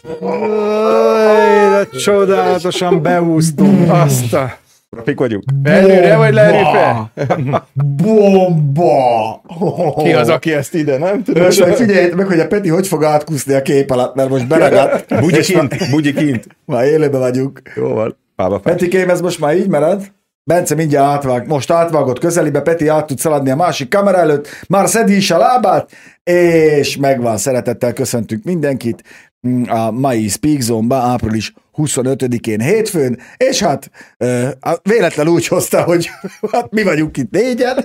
De csodálatosan beúztunk. Azt a... Profik vagyunk. Előre vagy lerépe? Bomba! Ki az, aki ezt ide, nem tudom? Most meg figyeljétek meg, hogy a Peti hogy fog átkuszni a kép alatt, mert most beragadt. Bugyi kint. Már élőben vagyunk. Jó van. Petikém, ez most már így mered? Bence mindjárt most átvágott közelibe, Peti át tud szaladni a másik kamera előtt, már szedi is a lábát, és megvan, szeretettel köszöntünk mindenkit a mai Speak Zone-ba, április 25-én hétfőn, és hát véletlen úgy hozta, hogy hát mi vagyunk itt négyen.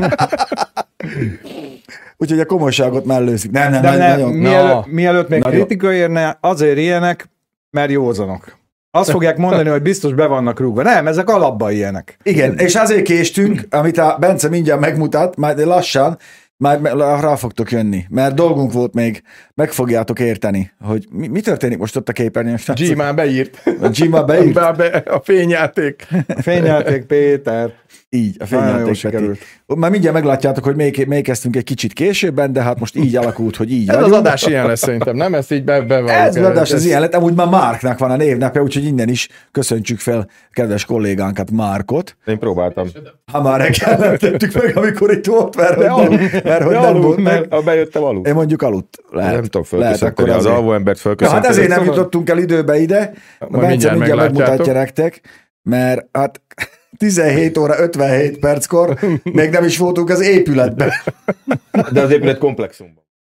Úgyhogy a komolyságot mellőzik. Nem. Mielőtt még kritika érne, azért ilyenek, mert józanok. Azt fogják mondani, hogy biztos be vannak rúgva. Nem, ezek alapban ilyenek. Igen, és azért késtünk, amit a Bence mindjárt megmutat, majd lassan, már rá fogtok jönni, mert dolgunk volt még, meg fogjátok érteni, hogy mi történik most ott a képernyőn. G már beírt. A G már beírt? A fényjáték. A fényjáték Péter. Így, a fényjáték. Már mindjárt meglátjátok, hogy még kezdtünk egy kicsit későbben, de hát most így alakult, hogy így ez vagyunk. Az adás ilyen lesz szerintem, nem? Ezt így bevalljuk. Ez az adás, ez ilyen lett. Amúgy már Márknak van a névnapja, úgyhogy innen is köszöntsük fel kedves kollégánkat, Márkot. Én próbáltam. Ha már reggel nem tettük meg, amikor itt volt, mert nem volt meg. Ha bejöttem, aludt. Én mondjuk aludt. Lehet. Nem tudom fölköszönteni, az alvóembert fölköszönteni. Hát ezért nem jutottunk el időbe ide. Bence mindjárt megmutatja nektek, mert hát 17 óra 57 perckor még nem is voltunk az épületben. De az épület komplexumban.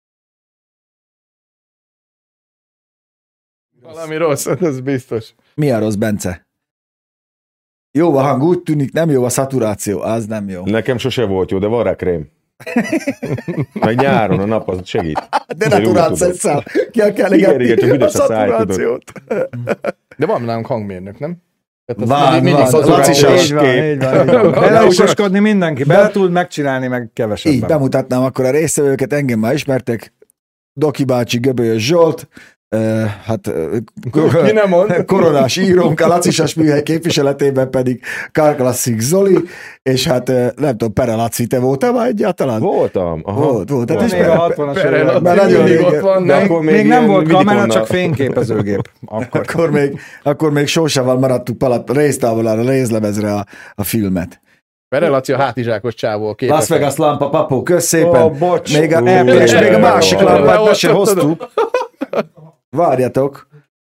Valami rossz, ez biztos. Mi a rossz, Bence? Jó a hang, úgy tűnik, nem jó a szaturáció, az nem jó. Nekem sose volt jó, de van rá krém. Meg nyáron a nap az segít. De naturálsz egyszer, ki kell égetni a szaturációt. De van nálunk hangmérnök, nem? Van, Lacisas. Beleokoskodni mindenki, bele tud megcsinálni, meg kevesebben. Így bemutatnám akkor a résztvevőket, engem már ismertek, Doki bácsi, Göbölyös Zsolt, hát koronás írónk, a Lacisas műhely képviseletében pedig Car Classic Zoli, és hát nem tudom, Pere Laci, te voltál már egyáltalán? Voltam. Volt. Hát még a 60-as években. Nagyon ott van. Még nem volt kamera, csak fényképezőgép. Akkor még sósával maradtuk résztávolára, részlemezre a filmet. Pere Laci a hátizsákos csávó. Las Vegas lámpa, papó, kösz szépen. Bocs. Még a másik lámpát be se hoztuk. Várjatok.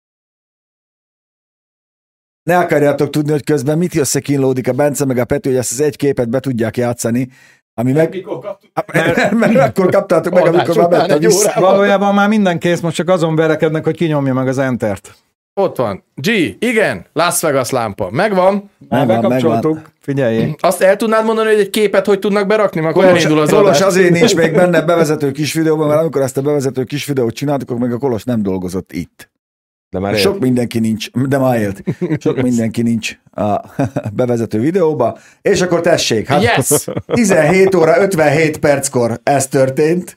Ne akarjátok tudni, hogy közben mit összekínlódik a Bence meg a Peti, hogy ezt az egy képet be tudják játszani, ami meg... Mert akkor kaptátok meg, amikor már ment a vissza. Valójában már minden kész, most csak azon verekednek, hogy kinyomja meg az Entert. Ott van. G, igen, Las Vegas lámpa. Megvan. Bekapcsoltuk. Figyeljél. Azt el tudnád mondani, hogy egy képet hogy tudnak berakni, mert akkor elindul az Kolos azért nincs még benne bevezető kis videóban, mert amikor ezt a bevezető kis videót csináltuk, akkor még a Kolos nem dolgozott itt. De már sok mindenki nincs, de már élt. Sok mindenki nincs a bevezető videóba. És akkor tessék, hát yes! 17 óra 57 perckor ez történt.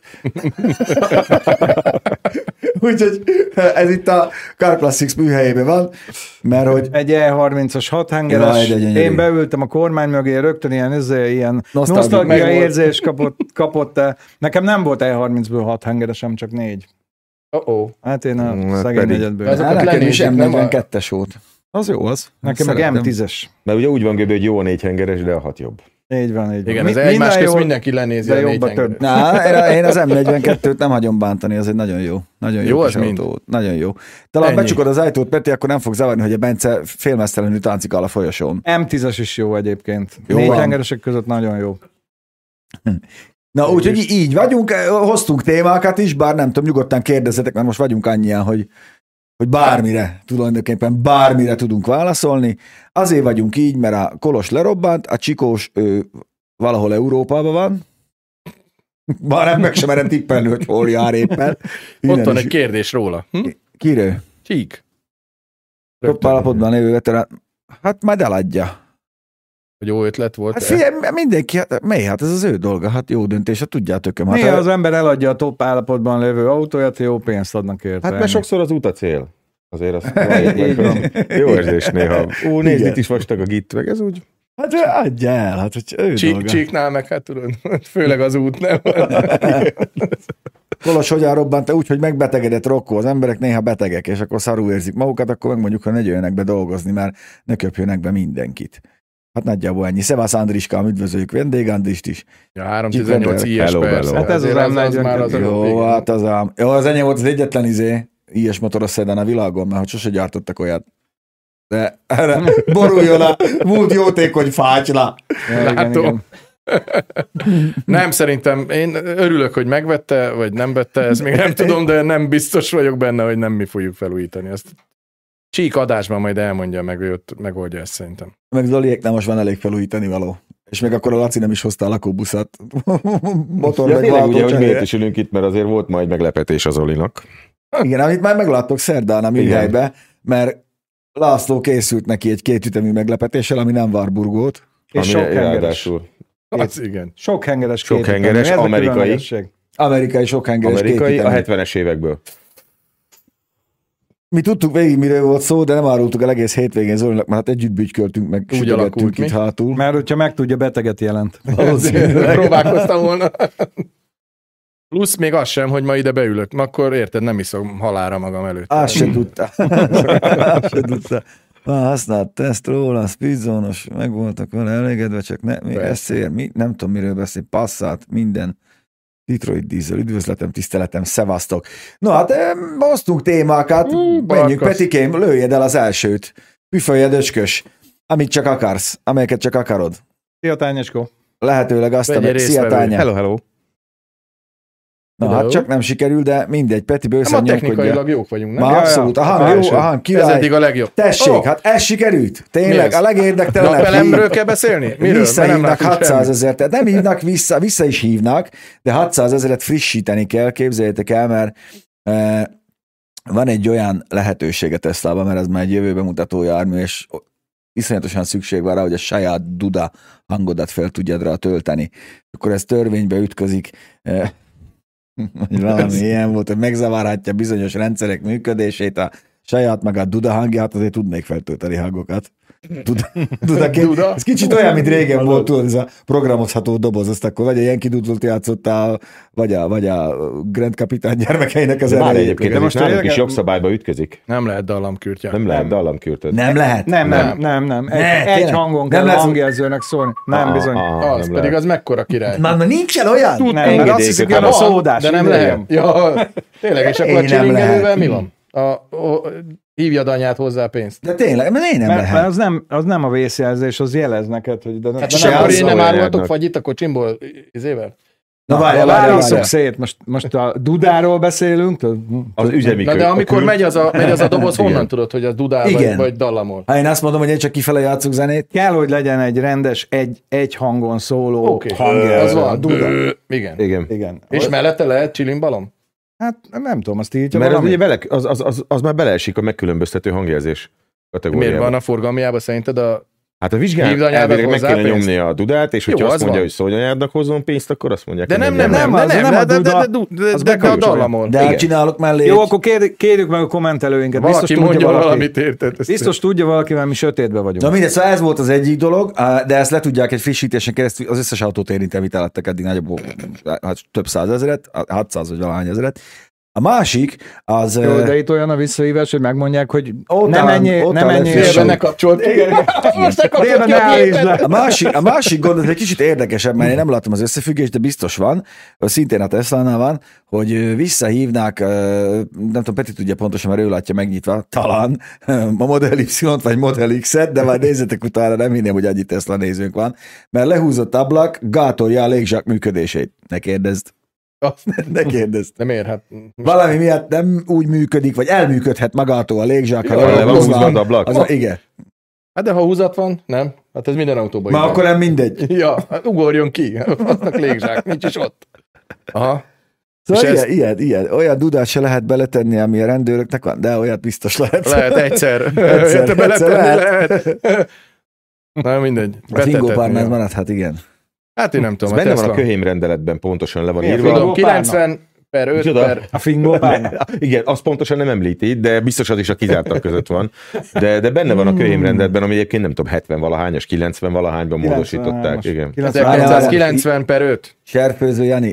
Úgyhogy ez itt a Car Classics műhelyében van, mert hogy... Egy E30-as 6 hengeres, én beültem a kormány mögé, rögtön ilyen nosztalgia érzés kapott. Nekem nem volt E30-ből 6 hengeresem, csak 4. Hát én a szegény negyedből. Nekem is M42-es volt. Az jó az. Nekem meg M10-es. Mert ugye úgy van, Göbő, hogy jó a 4 hengeres, de a 6 jobb. Így van. Igen, az egymás közt mindenki lenézi a 4 hengeres. Én az M42-t nem hagyom bántani, az egy nagyon jó. Nagyon jó az autó. Nagyon jó. Talán becsukod az ajtót, Peti, akkor nem fog zavarni, hogy a Bence félmeztelenül táncikál a folyosón. M10-es is jó egyébként. 4 hengeresek között nagyon jó. Na, úgyhogy így vagyunk, hoztunk témákat is, bár nem tudom, nyugodtan kérdezzetek, mert most vagyunk annyian, hogy bármire, tulajdonképpen bármire tudunk válaszolni. Azért vagyunk így, mert a Kolos lerobbant, a Csikós valahol Európában van, bár nem meg sem merem tippelni, hogy hol jár éppen. Ott van egy kérdés róla. Kiről? Csík. Top állapotban lévő veterán. Hát majd eladja. Hogy jó ötlet volt. Hát figyelj, mindenki, hát ez az ő dolga, hát jó döntés, hát tudjátok. Hát néha az ember eladja a top állapotban lévő autóját, jó pénzt adnak érte. Hát mert sokszor az út a cél. Azért azt jó érzés néha. Nézd, itt is vastag a git, meg ez úgy. Hát adja el, hát hogy ő dolga. Csíknál meg, hát tudod, főleg az út, nem? Kolos hogyan robbant úgy, hogy megbetegedett Rokko, az emberek néha betegek, és akkor szarul érzik magukat, akkor megmondjuk, hogy ne jöjjenek be dolgozni, mert ne köpjönek be mindenkit. Hát nagyjából ennyi. Szevasz Andriskám, üdvözöljük Vendég Andrist is. Ja, 318 IS persze. Hát ez az már az jó, hát az enyém volt az egyetlen IS motoros szedán a világon, mert hogy sose gyártottak olyat. De erre boruljon a múlt jótékony fácsla. Látom. Nem, szerintem én örülök, hogy megvette, vagy nem vette, ezt még nem tudom, de nem biztos vagyok benne, hogy nem mi fogjuk felújítani. Ezt Csík adásban majd elmondja meg, ő ott megoldja ezt szerintem. Meg Zoliéknál most van elég felújítani való. És még akkor a Laci nem is hozta a lakóbuszat. Motor ja, tényleg ugye, hogy miért is ülünk itt, mert azért volt majd meglepetés az Zolinak. Igen, amit már megláttok szerdán a műhelybe, mert László készült neki egy 2 ütemű meglepetéssel, ami nem Warburgót. És sok hengeres. Az igen. Sok hengeres, amerikai. Amerikai sok hengeres. Amerikai a 70-es évekből. Mi tudtuk végig, miről volt szó, de nem árultuk el egész hétvégén Zolinak, mert hát együtt bütyköltünk, meg sütögettünk itt hátul. Mert hogyha megtudja, beteget jelent. Próbálkoztam volna. Plusz még az sem, hogy ma ide beülök. Akkor érted, nem iszom halálra magam előtt. Azt se tudta. Használt teszt róla, speedzónos, meg voltak vele elégedve, csak nem tudom, miről beszél, Passat, minden. Detroit Diesel, üdvözletem, tiszteletem, szevasztok. No hát, hoztunk témákat, menjünk, Petikém, lőjed el az elsőt. Püföljed öcskös, amit csak akarsz, amelyeket csak akarod. Szia, Tányeskó. Lehetőleg azt a... Szia, Tánya. Hello. Na hát csak nem sikerül, de mindegy, Peti bőszen nyomkodja. Technikailag jók vagyunk, nem? Már abszolút, aha, király. Ez eddig a legjobb. Tessék, hát ez sikerült. Tényleg, a legérdektelenebb. Napelemről kell beszélni? Miről? Visszahívnak 600 000, tehát nem hívnak vissza is hívnak, de 600 000-et frissíteni kell, képzeljétek el, mert van egy olyan lehetősége Teslában, mert ez már egy jövőbe mutató jármű, és iszonyatosan szükség van rá, hogy a saját duda hangodat fel tudjad rá tölteni. Akkor ez törvénybe ütközik, valami ilyen volt, hogy megzavarhatja bizonyos rendszerek működését, a saját meg a duda hangját, azért tudnék feltölteni hangokat. Duda? Ez kicsit olyan, mint régen volt, tudod, ez a programozható doboz, azt akkor vagy a Yankee Doodle-t játszottál, vagy a Grand Capitán gyermekeinek az erejét. Már egyébként, de most nálunk is jogszabályba ütközik. Nem lehet dallamkürtje. Nem lehet dallamkürtöd. Nem lehet? Nem. Egy hangon kell a hangjelzőnek szólni. Nem bizony. Az pedig az mekkora király. Már nincsen olyan? Nem, mert azt hiszik, hogy a szódás. De nem lehet. Ja, tényleg, és akkor a csilingelővel mi van? Hívjad anyát hozzá a pénzt. De tényleg, mert én nem lehet. Mert az nem a vészjelzés, az jelez neked, hogy... De hát akkor én nem árulhatok fagyit a kocsimból izével? Na várjál, szét. Most a dudáról beszélünk? Az üzemi. Na de amikor megy az a doboz, honnan tudod, hogy az dudál vagy dallamol? Ha én azt mondom, hogy én csak kifele játszok zenét. Kell, hogy legyen egy rendes, egy hangon szóló hangja. Az van. Igen. És mellette lehet csilimbalom? Hát nem tudom, azt így. Mert az már beleesik a megkülönböztető hangjelzés kategóriába. Miért van a forgalmiában szerinted a... Hát a vizsgán elvileg meg kéne nyomni a dudát, és hogyha azt mondja, hogy szólj hozzon pénzt, akkor azt mondják, de nem a dallamon. De csinálok mellé. Jó, akkor kérjük meg a kommentelőinket. Valaki mondja valamit, érted. Biztos tudja valaki, mert mi sötétben vagyunk. Na mindegy, szóval ez volt az egyik dolog, de ezt le tudják egy frissítésen keresztül, az összes autót érintve vitelettek eddig nagyobb, több 100 000, 600 vagy valahány ezeret. A másik, az... Jó, de itt olyan a visszahívás, hogy megmondják, hogy nem ennyi. Félbe kapcsolt. A másik gond, ez egy kicsit érdekesebb, mert én nem látom az összefüggést, de biztos van, szintén a Teslánál van, hogy visszahívnák, nem tudom, Peti tudja pontosan, mert ő látja megnyitva, talán a Model Y-t vagy Model X-et, de már nézzetek utána, nem hinném, hogy annyi Tesla nézőnk van, mert lehúzott ablak gátolja a légzsák működését. Ne kérdezd. Ne kérdezd. De miért? Hát valami miatt nem úgy működik, vagy elműködhet magától a légzsák. Ha le van húzva a ablak. Igen. Hát de ha húzat van, nem? Hát ez minden autóban. Már akkor nem mindegy. Ja, hát ugorjon ki. Aznak légzsák, nincs is ott. Aha. Szóval ilyen. Olyan dudát se lehet beletenni, ami a rendőröknek van, de olyat biztos lehet. Lehet egyszer lehet. Na mindegy. A fingópárnál maradhat, igen. Hát én nem tudom. Benne van a köhém rendeletben, pontosan le van írva. Tudom, 90/5 per... A fingópárna. Igen, azt pontosan nem említi, de biztos az is a kizártak között van. De benne van a köhém rendeletben, ami egyébként nem tudom, 70-valahányas, 90-valahányban módosították. Igen. 1990/5. Serfőző Jani,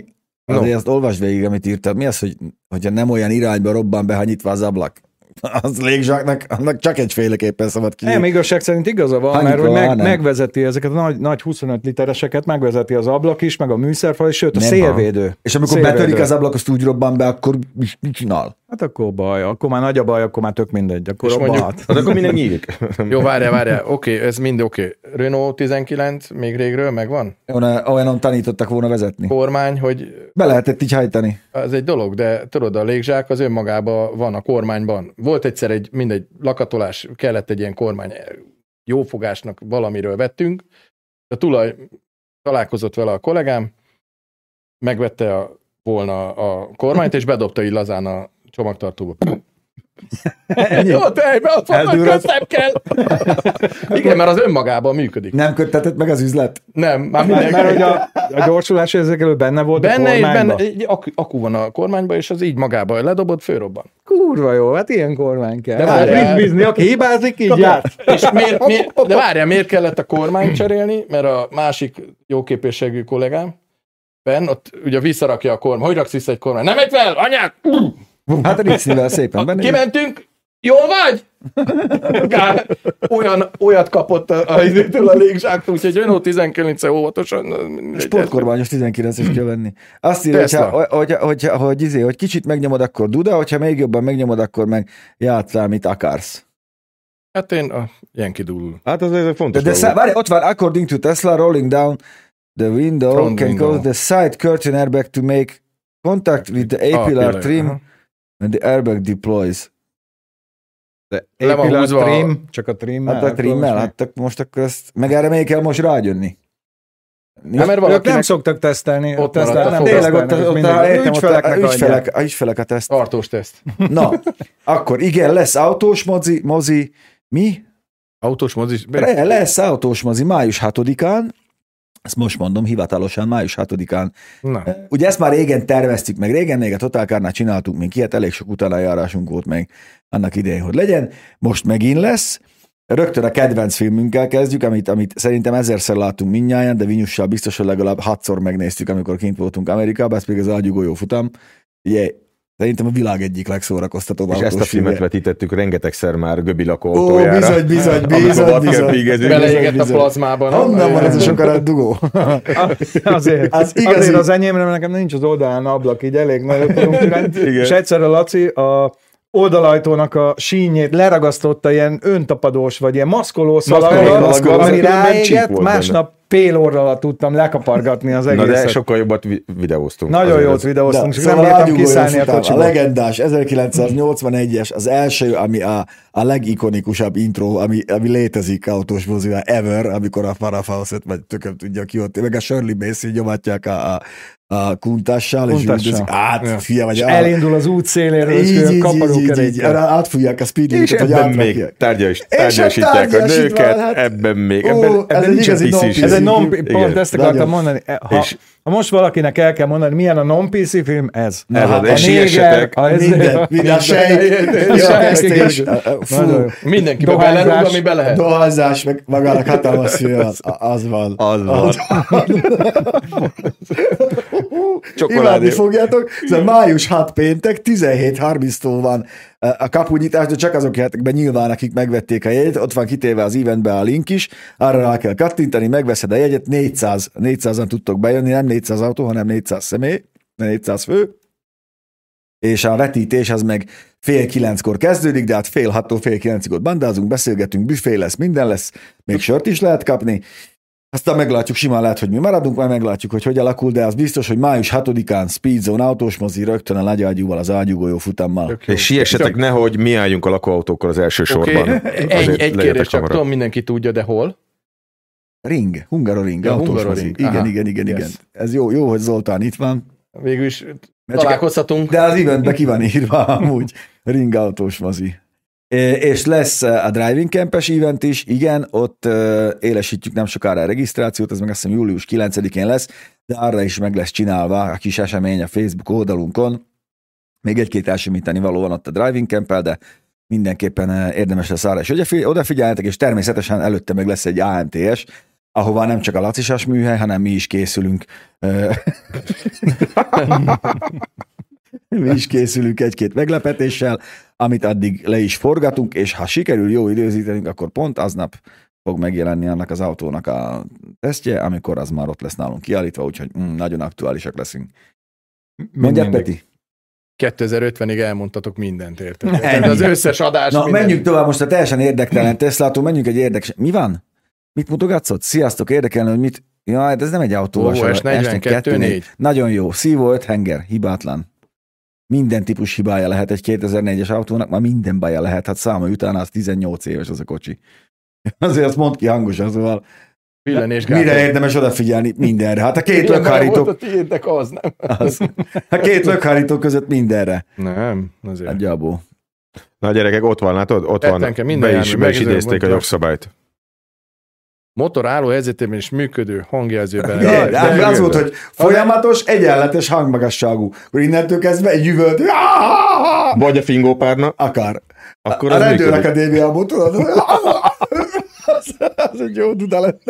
Azért azt olvasd végig, amit írtad. Mi az, hogyha nem olyan irányba robban be, ha nyitva az ablak? Az légzsáknak annak csak egyféleképpen szabad ki. Nem, igazság szerint igaza van, mert hogy megvezeti ezeket a nagy 25 litereseket, megvezeti az ablak is, meg a műszerfal is, sőt a szélvédő. És amikor betörik az ablak, azt úgy robban be, akkor mit csinál? Hát akkor baj, akkor már nagy a baj, akkor már tök mindegy, akkor robbanhat. Hát akkor minden nyílik. Jó, várjál, oké, ez mind oké. Renault 19 még régről megvan? Olyanon tanítottak volna vezetni. Kormány, hogy... Be lehetett így hajtani. Ez egy dolog, de tudod, a légzsák az önmagában van a kormányban. Volt egyszer egy lakatolás, kellett egy ilyen kormány jófogásnak valamiről vettünk. A tulaj találkozott vele a kollégám, megvette volna a kormányt, és bedobta így lazán a csomagtartóba. Ott köszem kell. Igen, mert az önmagában működik. Nem köttetett meg az üzlet? Nem, már mindenki. Mert hogy a gyorsulási érzékelő benne volt benne, a kormányban? Benne egy akku van a kormányban, és az így magában ledobott, fölrobban. Kurva jó, hát ilyen kormány kell. De várjál. Bízni, aki hibázik, így jár. És de várjál, miért kellett a kormányt cserélni? Mert a másik jóképességű kollégám ott ugye visszarakja a kormány. Hogy raksz vissza egy kormány? Nem megy fel, anyák! Hát a Rixnivel szépen benne. Kimentünk, jól vagy? Olyat kapott a légzsáktól, úgyhogy Renault 19 óvatosan. Sportkormányos 19-es kell venni. Azt írja, hogy kicsit megnyomod, akkor duda, hogyha még jobban megnyomod, akkor meg játszál, mit akarsz. Hát én a Yankee Doodle. Hát az fontos. De várj, ott van, according to Tesla, rolling down the window can cause the side curtain airbag to make contact with the A-pillar trim and the airbag deploys. De A-pillar trim, csak a trimmel. Hát a trimmel, hát most akkor ezt, meg erre még kell most rágyönni. Ők nem szoktak tesztelni. Ott tényleg ott ügyfelek a teszt. Tartós teszt. Na, akkor igen, lesz autós mozi, mi? Autós mozi? Lesz autós mozi május 6-án, ezt most mondom, hivatalosan május 6-án. Na. Ugye ezt már régen terveztük, meg régen még a Total Car-nál csináltuk még ilyet, elég sok utánajárásunk volt meg annak idején, hogy legyen. Most megint lesz. Rögtön a kedvenc filmünkkel kezdjük, amit szerintem 1000-szer láttunk mindnyájan, de Vinyussal biztos, hogy legalább 6-szor megnéztük, amikor kint voltunk Amerikában, ez pedig az Ágyúgolyó futam. Ugye, szerintem a világ egyik legszórakoztatóbb autós. És ezt a filmet vetítettük rengetegszer már Göbi lakóautójára. Bizony. Beleégett a plazmában. Honnan van ez a sokarat dugó? Azért az enyémre, nekem nincs az oldalán ablak, így elég nagyot tudunk üreni. És egyszer a Laci a oldalajtónak a sínjét leragasztotta ilyen öntapadós, vagy ilyen maszkoló szalaggal, ami ráégett, másnap fél óra alatt tudtam lekapargatni az egészet. Na de sokkal jobbat videóztunk. Nagyon jót videóztunk, csak nem értem kiszállni a kocsiba. A legendás 1981-es, az első, ami a legikonikusabb intro, ami létezik autós mozival ever, amikor a Farrah Fawcett, vagy tököm tudja ki ott, meg a Shirley Bassey nyomatják a kuntással, és üldözik. És elindul az út széléről, és kaparókerékkel. Átfújják a speed limit, hogy még tárgyasítják a nőket, ebben még, ebben nincsen piszi. Ez egy pont ezt akartam mondani. Ha most valakinek el kell mondani, milyen a non-PC film, ez. A siessetek. Minden sejt. Mindenki belerúg, ami be lehet. Dohányzás, meg magának hatalmas film, az van. Imádni fogjátok. Ez május 6 péntek, 17:30-tól van a kapunyítás, de csak azok jöhetnek be nyilván, akik megvették a jegyet. Ott van kitéve az eventbe a link is, arra rá kell kattintani, megveszed a jegyet, 400-an tudtok bejönni, nem 400 autó, hanem 400 személy, 400 fő. És a vetítés az meg 8:30-kor kezdődik, de hát 8:30-tól 8:30-ig ott bandázunk, beszélgetünk, büfé lesz, minden lesz, még sört is lehet kapni. Aztán meglátjuk, simán lehet, hogy mi maradunk, majd meglátjuk, hogy alakul, de az biztos, hogy május 6-án Speedzone autós mozi rögtön a Nagyágyúval, az Ágyúgolyó futammal. És siessetek, nehogy mi álljunk a lakóautókkal az első sorban. Egy kérdés csak, tudom, mindenki tudja, de hol? Hungaroring, autós mozi. Igen. Ez jó, hogy Zoltán itt van. Végül is találkozhatunk. De az eventbe ki van írva amúgy, Ring autós mozi. És lesz a Driving Camp-es event is, igen, ott élesítjük nem sokára a regisztrációt, ez meg azt hiszem július 9-én lesz, de arra is meg lesz csinálva a kis esemény a Facebook oldalunkon. Még egy-két esemíteni való van ott a Driving Camp-el, de mindenképpen érdemes lesz arra is odafigyeljetek, és természetesen előtte meg lesz egy AMTS, ahová nem csak a lacisas műhely, hanem mi is készülünk. Mi is készülünk egy-két meglepetéssel, amit addig le is forgatunk, és ha sikerül jó időzítenünk, akkor pont aznap fog megjelenni annak az autónak a tesztje, amikor az már ott lesz nálunk kiállítva, úgyhogy nagyon aktuálisak leszünk. Mondjad, Peti? 2050-ig elmondtatok mindent, érted? Az összes adás. Na, menjünk tovább most a teljesen érdektelen Teslától, menjünk egy érdekes... Mi van? Mit mutogatsz ott? Sziasztok, érdekelne, hogy mit... Ja, ez nem egy autó. S42-4. Nagyon jó. Szívó 5 henger, hibátlan. Minden típus hibája lehet egy 2004-es autónak, már minden baja lehet. Hát számolj utána, az 18 éves az a kocsi. Azért azt mondd ki hangosan, szóval mire érdemes odafigyelni? Mindenre. Hát a két lökhárító... Az, nem? A két lökhárító között mindenre. Nem, azért. Hát gyábó. Na gyerekek, ott van, látod? Ott van. Be is idézték a jogszabályt. Motor álló helyzetében is működő hangjelzőben. De az volt, hogy folyamatos, egyenletes hangmagasságú. Akkor innentől kezdve egy üvölt. Vagy a fingópárna. Akár. Akkor a rendőrakadémiából tudod. Az egy jó duda lenne.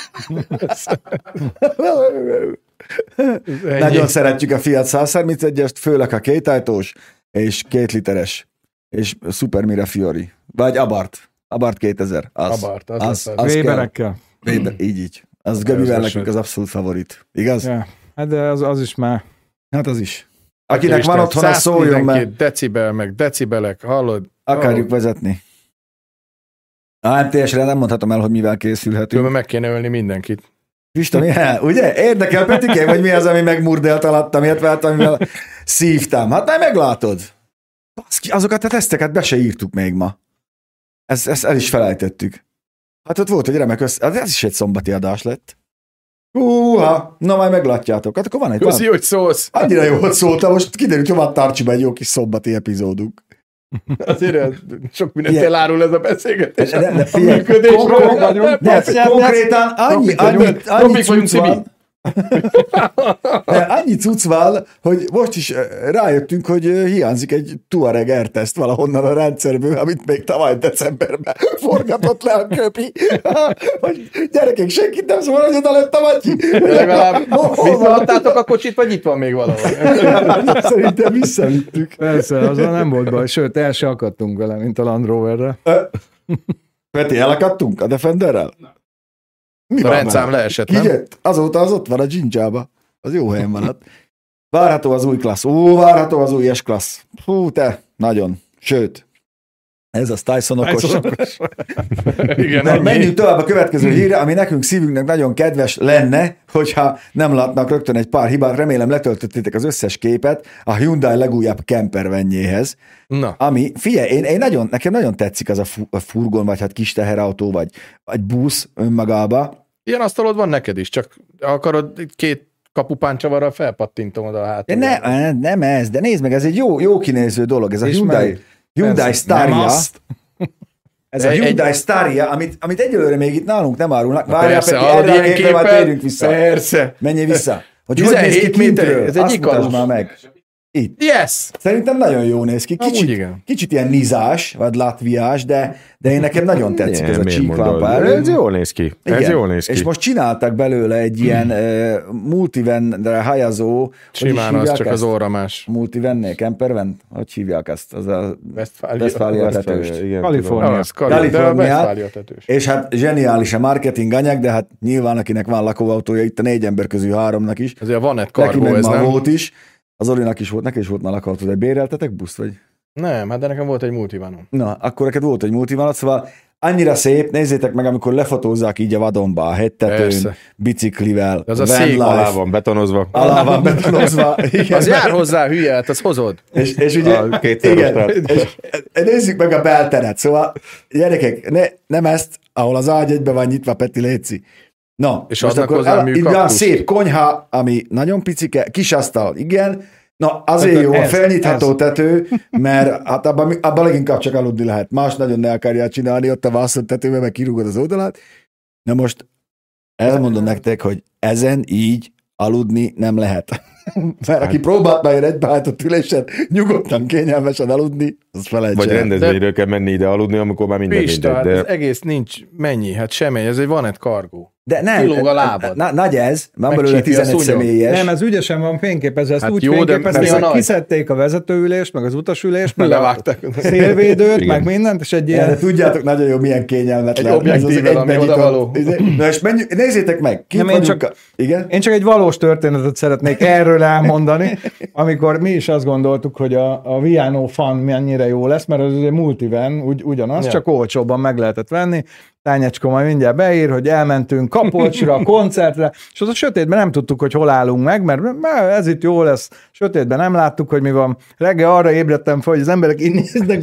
Nagyon szeretjük a Fiat 131-est, főleg a kétajtós és 2 literes. És Super Mirafiori. Vagy Abarth. Abarth 2000. Abarth, az Weberekkel. Így. Az Göbivel nekünk az abszolút favorit. Igaz? Ja. Hát de az is már. Hát az is. Akinek van otthon, az szóljon, mert... decibel, meg decibelek, hallod? Akarjuk vezetni. A MTS-re nem mondhatom el, hogy mivel készülhetünk. Különben meg kéne ölni mindenkit. Pista, ugye? Érdekel, Petikém, hogy mi az, ami megmurdelt alattam, illetve hát, amivel szívtam. Hát már meglátod. Azokat a teszteket be se írtuk még ma. Ezt el is felejtettük. Hát ott volt egy remek ez is egy szombati adás lett. Na majd meglátjátok. Hát akkor van egy... Köszi, hogy szólsz. Annyira jó, hogy szóltam. Most kiderült, hogy van Tarcsiba egy jó kis szombati epizódunk. Azért sok mindent elárul ez a beszélgetés. A működésről. Konkrétan annyi cucc van. Annyi cucc van, hogy most is rájöttünk, hogy hiányzik egy Touareg R-teszt valahonnan a rendszerből, amit még tavaly decemberben forgatott le a Köpi. Hogy gyerekek, senkit nem szól, hogy oda lett a Matyi. Legalább visszaadtátok a kocsit, vagy itt van még valahol? Szerintem visszavittük. Persze, azon nem volt baj. Sőt, el se akadtunk vele, mint a Land Roverre. Peti, elakadtunk a Defenderrel? A rendszám leesett, nem? Kijött, azóta az ott van a dzsindzsába. Az jó helyen van ott. Várható az új klassz. Várható az új S-klassz. Hú, te, nagyon. Sőt, ez az Tyson okos. Igen, menjünk tovább a következő hírre, ami nekünk szívünknek nagyon kedves lenne, hogyha nem látnak rögtön egy pár hibát. Remélem letöltöttétek az összes képet a Hyundai legújabb campervenjéhez. Na. Ami, figyelj, nekem nagyon tetszik az a furgon, vagy hát kis teherautó, vagy busz önmagába. Ilyen asztalod van neked is, csak akarod 2 kapupáncsavarral felpattintom oda a hátul. Nem ez, de nézd meg, ez egy jó kinéző dolog. Ez a Hyundai Staria. Ez a Hyundai Staria, amit egyelőre még itt nálunk nem árulnak. Várjál, Peti, erre a képre majd térjünk vissza. Persze. Menjél vissza. Hogy néz ki kintről? Ez egy ikarus. Már meg. Itt. Yes! Szerintem nagyon jó néz ki. Kicsit ilyen nizás, vagy latviás, de én nekem nagyon tetszik ez a csíklámpa. Ez jól néz ki. És most csináltak belőle egy ilyen multivanre hajazó. Simán az csak az orramás. Multivannél, campervan? Hogy hívják ezt? Az a Westfalia tetőst. Kalifornia. És hát zseniális a marketing anyag, de hát nyilván akinek van lakóautója, itt a 4 ember közül 3-nak is. Azért van egy kargó, ez nem? Volt is. Az Olinak is volt, neki is volt már lakóautó, de béreltetek buszt, vagy? Nem, hát de nekem volt egy multivanom. Na, akkor neked volt egy multivanod, szóval annyira szép, nézzétek meg, amikor lefotózzák így a vadonba, a hegytetőn, biciklivel, az a szék alá van betonozva. Alá van betonozva. Igen. Az jár hozzá, hülye, hát azt hozod. És ugye, igen, és nézzük meg a belteret, szóval gyerekek, nem ezt, ahol az ágy egybe van nyitva, Peti, léci. Na, és most akkor itt van szép konyha, ami nagyon picike, kis asztal, igen. Na, azért jó a felnyitható tető, mert hát abban leginkább csak aludni lehet. Más nagyon ne akarják csinálni, ott a vászon tetőben, meg kirúgod az oldalát. Na most elmondom nektek, hogy ezen így aludni nem lehet. Mert aki próbált már egy beállított ülésen nyugodtan, kényelmesen aludni, az felejtsen. Vagy rendezvényről kell menni ide aludni, amikor már minden mindegy. Hát ez egész nincs mennyi, hát semmi, ez egy Vanet kargó. De nem, kilóg a lábad. Nagy ez, van belőle 11 személyes. Nem, ez ügyesen van fényképezve, ezt Hát úgy jó, fényképezték, hogy kiszedték a vezetőülést, meg az utasülést, meg levágták a szélvédőt, meg mindent, és egy ilyen... De tudjátok nagyon jó, milyen kényelmetlen. Egy objektívvel, ami odavaló. Na és nézzétek meg, Én csak egy valós történetet szeretnék erről elmondani, amikor mi is azt gondoltuk, hogy a Viano Fan mennyire jó lesz, mert az ugye multivan, ugyanaz, csak olcsóbban meg lehetett venni. Tányecska majd mindjárt beír, hogy elmentünk Kapocsra, koncertre, és az a sötétben nem tudtuk, hogy hol állunk meg, mert ez itt jó lesz. Sötétben nem láttuk, hogy mi van. Reggel arra ébredtem fel, hogy az emberek így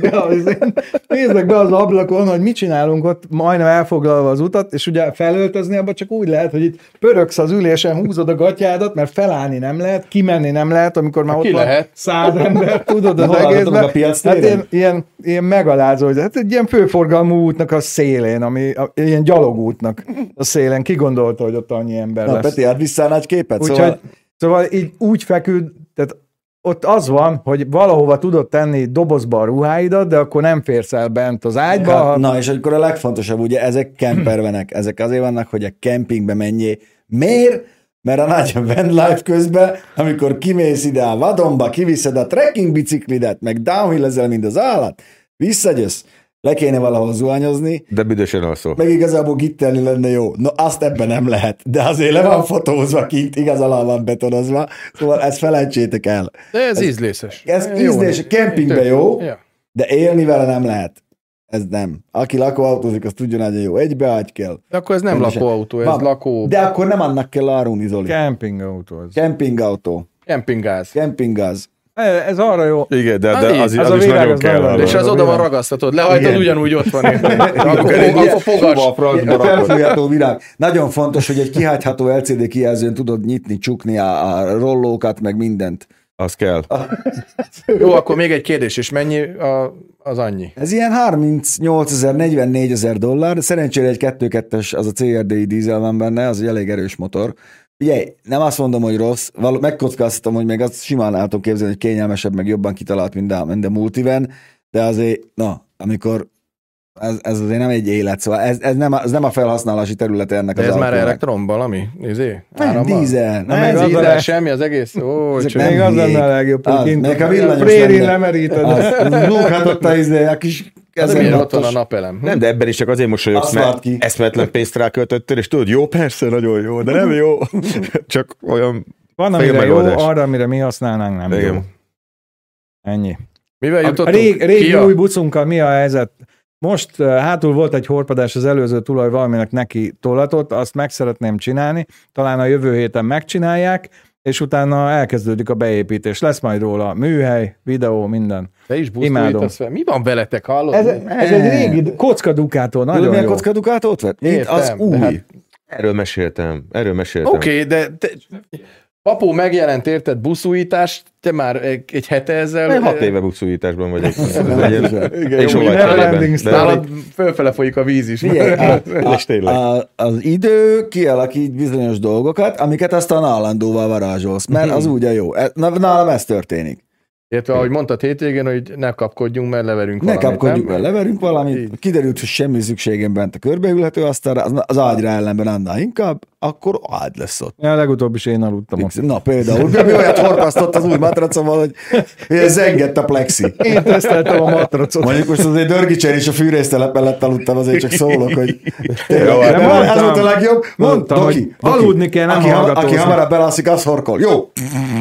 néznek be az ablakon, hogy mit csinálunk ott, majdnem elfoglalva az utat, és ugye felöltözni abba csak úgy lehet, hogy itt pöröksz az ülésen, húzod a gatyádat, mert felállni nem lehet, kimenni nem lehet, amikor már ott van 100 ember, tudod az egészben. Hát ilyen megalázó, hogy hát egy ilyen főforgalmú útnak a szélén, ami ilyen gyalogútnak a szélen, ki gondolta, hogy ott annyi ember lesz. Peti, hát vissza a nagy képet, szóval így úgy feküdt, tehát ott az van, hogy valahova tudod tenni dobozba a ruháidat, de akkor nem férsz el bent az ágyba. Hát, na, és akkor a legfontosabb, ugye ezek campervenek, ezek azért vannak, hogy a kempingbe menjél. Miért? Mert a nagy van life közben, amikor kimész ide a vadonba, kiviszed a trekking biciklidet, meg downhill ezzel, mint az állat, visszagyössz, le kéne valahol zuhanyozni. De büdösen alszol. Meg igazából gittelni lenne jó. No, azt ebben nem lehet. De azért le van fotózva kint, igaz alá van betonozva, szóval ezt felejtsétek el. De ez ízléses. Ez ízléses, kempingben jó, de élni vele nem lehet. Ez nem. Aki lakóautózik, az tudja nagyon jó. Egy beágy kell. De akkor ez nem lakóautó, ez lakó... De akkor nem annak kell árulni, Zoli. Campingautó. Campingautó. Campinggáz. Ez arra jó. Igen, de az is nagyon kell. És az oda van ragasztatod. Lehajtod, ugyanúgy ott van. Akkor fogas. Felfújható virág. Nagyon fontos, hogy egy kihágyható LCD kijelzőn tudod nyitni, csukni a rollókat, meg mindent. Az kell. Jó, akkor még egy kérdés, és mennyi az annyi? Ez ilyen 38.000-44.000 dollár. Szerencsére egy 2.2-es, az a CRDI dízel van benne, az egy elég erős motor. Ugye, nem azt mondom, hogy rossz, megkockáztatom, hogy még azt simán el tudom képzelni, hogy kényelmesebb, meg jobban kitalált, mint a multivan, de azért, amikor ez azért nem egy élet, szóval ez nem a felhasználási területe ennek de az ez autónak. már elektron valami? Nem, dízel. Nem dízel, semmi az egész? Még az lenne a legjobb, hogy kint a prérin lemeríted. Lóghatott a kis miért ott van a napelem? Nem, de ebben is csak azért mosolyogsz, mert eszmetlen pénzt ráköltöttél, és tudod, jó, persze, nagyon jó, de nem jó. Csak olyan van, amire jó, arra, amire mi használnánk, nem jó. Ennyi. Mivel jutottunk? Régi új bucunkkal mi a helyzet? Most hátul volt egy horpadás, az előző tulaj valaminek neki tolatott, azt meg szeretném csinálni, talán a jövő héten megcsinálják, és utána elkezdődik a beépítés. Lesz majd róla műhely, videó, minden. Te is busztolítasz fel. Mi van veletek, hallod? Ez egy régi kocka Ducato, nagyon jó. Milyen kocka Ducatót vett? Az új. Hát... Erről meséltem. Oké, de... Papu megjelent, érted, buszújítás, te már egy hete ezzel... 6 éve buszújításban vagyok. És nálad fölfele folyik a víz is. És tényleg. Az idő kialakít bizonyos dolgokat, amiket aztán állandóval varázsolsz, mert az ugye jó. Nálam ez történik. Értve, ahogy mondtad hétvégén, hogy ne kapkodjunk, mert leverünk valamit. Ne kapkodjunk, mert leverünk valamit. Kiderült, hogy semmi szükségem bent a körbeülhető asztalra, az ágyra ellenben annál inkább, akkor ágy lesz ott. Ja, legutóbb is én aludtam ott. Na például, mi olyat horpasztott az új matracommal, hogy zengett a plexi. Én teszteltem a matracot. Mondjuk most azért Dörgicsen is a fűrésztelep mellett aludtam, azért csak szólok, hogy ez volt a legjobb. Mondtam, hogy aludni kell, nem hallgatózni. Aki hamarabb belaszik, az horkol. Jó.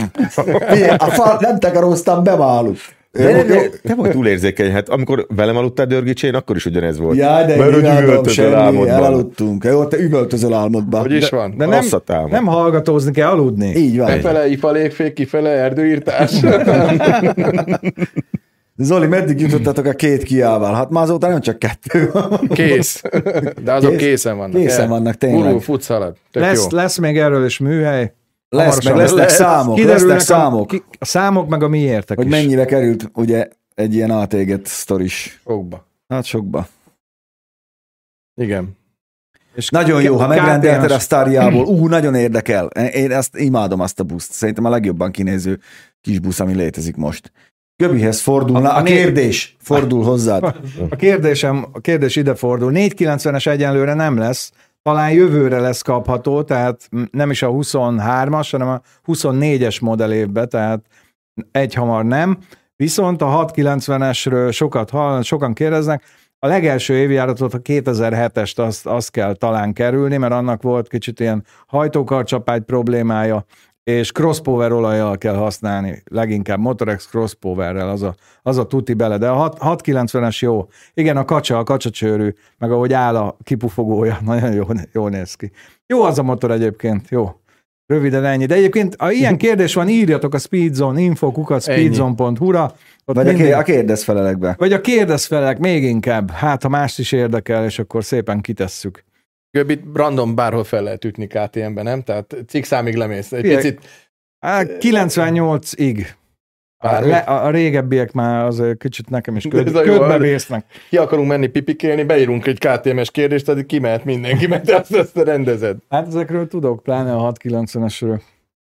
A fal nem takaróztam, bemálunk. Te vagy túlérzékeny, hát amikor velem aludtál Dörgicsén, akkor is ugyanez volt. Ja, de mert üvöltözöl álmodban. Elaludtunk. Jó, te üvöltözöl álmodban. Hogy is van? De nem hallgatózni kell, aludni. Így van. Befele ipalékfék, kifele erdőírtás. Zoli, meddig jutottatok a 2 kiával? Hát már azóta nem csak 2 van. Kész. De azok készen vannak. Készen vannak, tényleg. Gurul, futsz, halad. Lesz még erről is műhely. Lesznek számok. Lesznek számok. A számok meg a miértek hogy is. Hogy mennyibe került ugye egy ilyen átéget sztoris. Sokba. Hát sokba. Igen. És nagyon jó, ha megrendelted a Stariából. Nagyon érdekel. Én ezt imádom, azt a buszt. Szerintem a legjobban kinéző kis busz, ami létezik most. Göbihez fordulna. A kérdés fordul hozzád. A kérdés ide fordul. 490-es egyenlőre nem lesz, talán jövőre lesz kapható, tehát nem is a 23-as, hanem a 24-es modell tehát egyhamar nem. Viszont a 690-esről sokan kérdeznek, a legelső évjáratot, a 2007-est azt kell talán kerülni, mert annak volt kicsit ilyen hajtókarcsapágy problémája, és crosspower olajjal kell használni, leginkább Motorex crosspowerrel, az a tuti bele, de a 690-es jó. Igen, a kacsacsőrű, meg ahogy áll a kipufogója, nagyon jól néz ki. Jó az a motor egyébként, jó. Röviden ennyi. De egyébként, ha ilyen kérdés van, írjatok a Speedzone info@speedzone.hu-ra. Vagy a kérdezfelelekbe. Vagy a kérdezfelelek még inkább. Hát, ha mást is érdekel, és akkor szépen kitesszük. Göbbit random bárhol fel lehet ütni KTM-ben, nem? Tehát cikkszámig lemész. Egy picit... 98-ig. A régebbiek már azért kicsit nekem is ködbe vésznek. Ki akarunk menni pipikélni, beírunk egy KTM-es kérdést, tehát kimehet mindenki, mert azt rendezed. Hát ezekről tudok, pláne a 690-esről.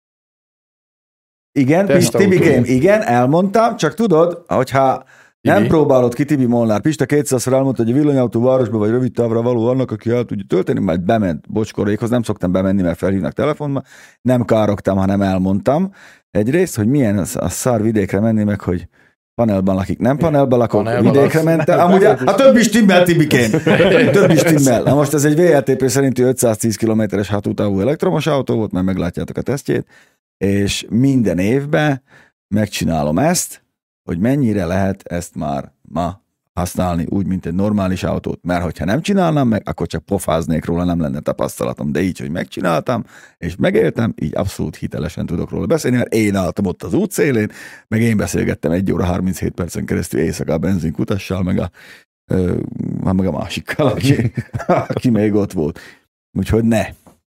Igen, Tibikém, igen, elmondtam, csak tudod, hogyha nem próbálod ki, Tibi Molnár, Pista 200-szor elmondta, hogy a villanyautó városba vagy rövid távra való annak, aki el tudja tölteni, majd bement bocskorékhoz, nem szoktam bemenni, mert felhívnak telefonba, nem károgtam, hanem elmondtam. Egyrészt, hogy milyen a szar vidékre menni, meg hogy panelban lakik, nem panelban lakok, vidékre mentem. Amúgy a több is timmel, Tibikén. Több is timmel. Na most ez egy VLTP szerinti 510 km-es hátútávú elektromos autó volt, mert meglátjátok a tesztjét, és minden évben megcsinálom ezt, hogy mennyire lehet ezt már ma használni úgy, mint egy normális autót, mert hogyha nem csinálnám meg, akkor csak pofáznék róla, nem lenne tapasztalatom, de így, hogy megcsináltam, és megéltem, így abszolút hitelesen tudok róla beszélni, mert én álltam ott az útszélén, meg én beszélgettem 1 óra 37 percen keresztül éjszaka a benzinkutassal, meg a másikkal, aki még ott volt. Úgyhogy ne.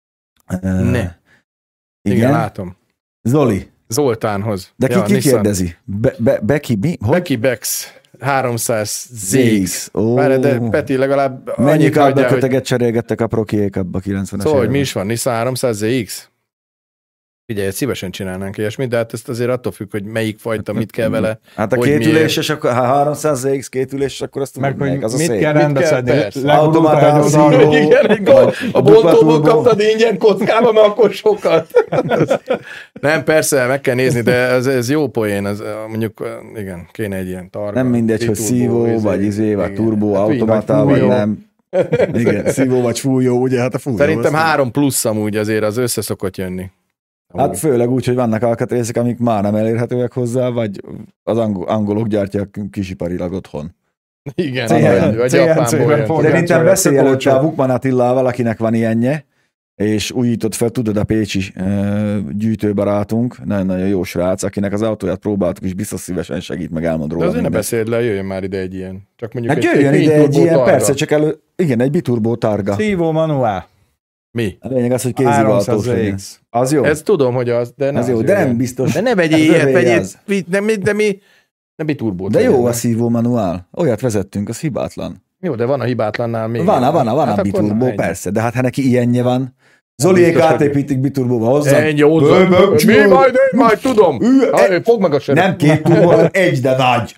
Igen, látom. Zoli. Zoltánhoz. De ki kérdezi? Becky mi? Becky Bex 300 ZX. De Peti legalább mennyi kárbeköteget cserélgettek a prokiék abba 90-es Szóval, hogy mi is van? Nissan 300 ZX? Figyelj, szívesen csinálnánk ilyesmit, de hát ezt azért attól függ, hogy melyik fajta, mit kell vele. Hát a kétüléses, akkor 300 ZX kétüléses, akkor azt meg, hogy az mit kell rendbeszedni. Automatán a bontóból kaptad ingyen kockába, mert akkor sokat. Nem, persze, meg kell nézni, de ez jó poén, mondjuk, igen, kéne egy ilyen targa. Nem mindegy, hogy szívó, vagy turbó, automatán, vagy nem. Igen, szívó vagy fújó, ugye, hát a fújó. Szerintem 3 plusz amúgy azért az össze szokott jönni. Hát főleg úgy, hogy vannak alkatrészek, amik már nem elérhetőek hozzá, vagy az angolok gyártják kisiparilag otthon. Igen, vagy Japánból jön. Szerintem beszélj előtte a Bukman Attilával, akinek van ilyenje, és újított fel, tudod, a pécsi gyűjtőbarátunk, nagyon-nagyon jó srác, akinek az autóját próbáltuk, és biztos szívesen segít, meg elmond róla. De azért ne beszéld le, jöjjön már ide egy ilyen. Csak mondjuk hát jöjjön ide egy ilyen, persze, csak igen, egy biturbó targa. Szívó manuál. Mi? A lényeg az, hogy kézivaltós legyen. Az jó. Ez tudom, hogy az, de nem. Az jó, de nem biztos. De ne vegyél ilyet, vegyél, de mi biturbót. De jó a szívó manuál. Olyat vezettünk, az hibátlan. Jó, de van a hibátlannál még. Van a biturbó, persze, de hát ha neki ilyenje van, Zoliék átépítik biturbóba hozzá. Ennyi hozzá. Mi majd tudom. Fogd meg a seret. Nem 2 turbó, hanem 1, de nagy.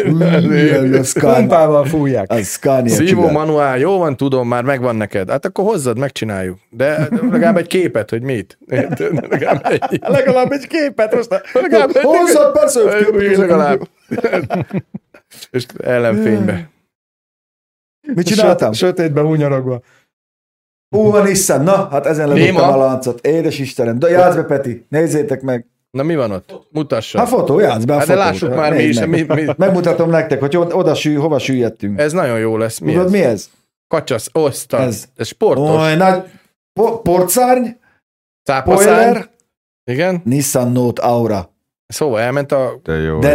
Pumpával fújják. Szívó manuál, jó van, tudom, már megvan neked. Hát akkor hozzad, megcsináljuk. De legalább egy képet, hogy mit. Legalább egy képet. Hozzad, persze. Legalább. És ellenfénybe. Mit csináltam? Sötétben húnyarogva. Van Nissan, na, hát ezen lebuktam a láncot. Édes Istenem, játsz be, Peti, nézzétek meg. Na mi van ott? Mutassa. Hát fotó, játsz be a fotót. De lássuk már mi is. Megmutatom nektek, hogy hova süllyedtünk. Ez nagyon jó lesz. Mi tudod, mi ez? Kacsasz, oszta. Ez sportos. Oly, nagy portszárny, spoiler. Igen. Nissan Note Aura. Szóval elment a... De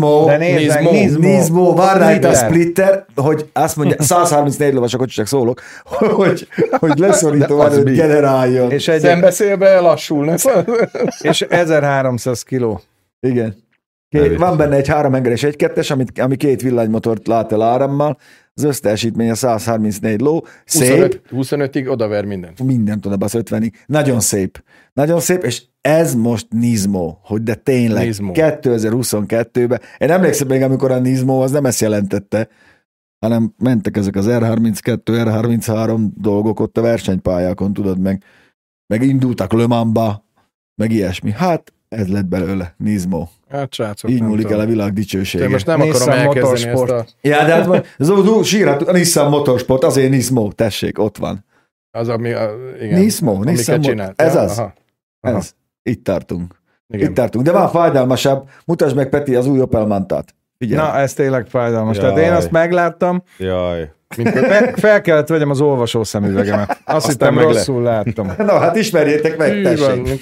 Nismo, várná itt a splitter, hogy azt mondja, 134 lovas a kocsi, csak szólok, hogy leszorító erőt generáljon. És szembeszélbe lassul, ne? És 1300 kiló. Igen. Van benne egy 3 hengeres 1.2-es, ami 2 villanymotort lát el árammal, az összteljesítmény a 134 ló. Szép. 25-ig odaver mindent. Mindent oda, az 50-ig. Nagyon szép. Nagyon szép, és ez most Nismo, hogy de tényleg Nismo. 2022-ben. Én emlékszem még, amikor a Nismo az nem ezt jelentette, hanem mentek ezek az R32, R33 dolgok ott a versenypályákon, tudod, meg indultak Le Mans-ba, meg ilyesmi. Hát ez lett belőle, Nismo. Hát srácok, így múlik el a világ dicsősége. Én most nem akarom elkezdeni ezt a... Ja, de hát a Nissan Motorsport, azért Nismo, tessék, ott van. Az, ami, igen, Nismo, ez az. Aha. Ez. Itt tartunk. Igen. Itt tartunk. De van fájdalmasabb. Mutasd meg, Peti, az új Opel Mantát. Figyelj. Na, ez tényleg fájdalmas. Tehát én azt megláttam. Jaj. Fel kellett vegyem az olvasó szemüvegemet. Azt hittem, rosszul láttam. Na, hát ismerjétek meg, tessék.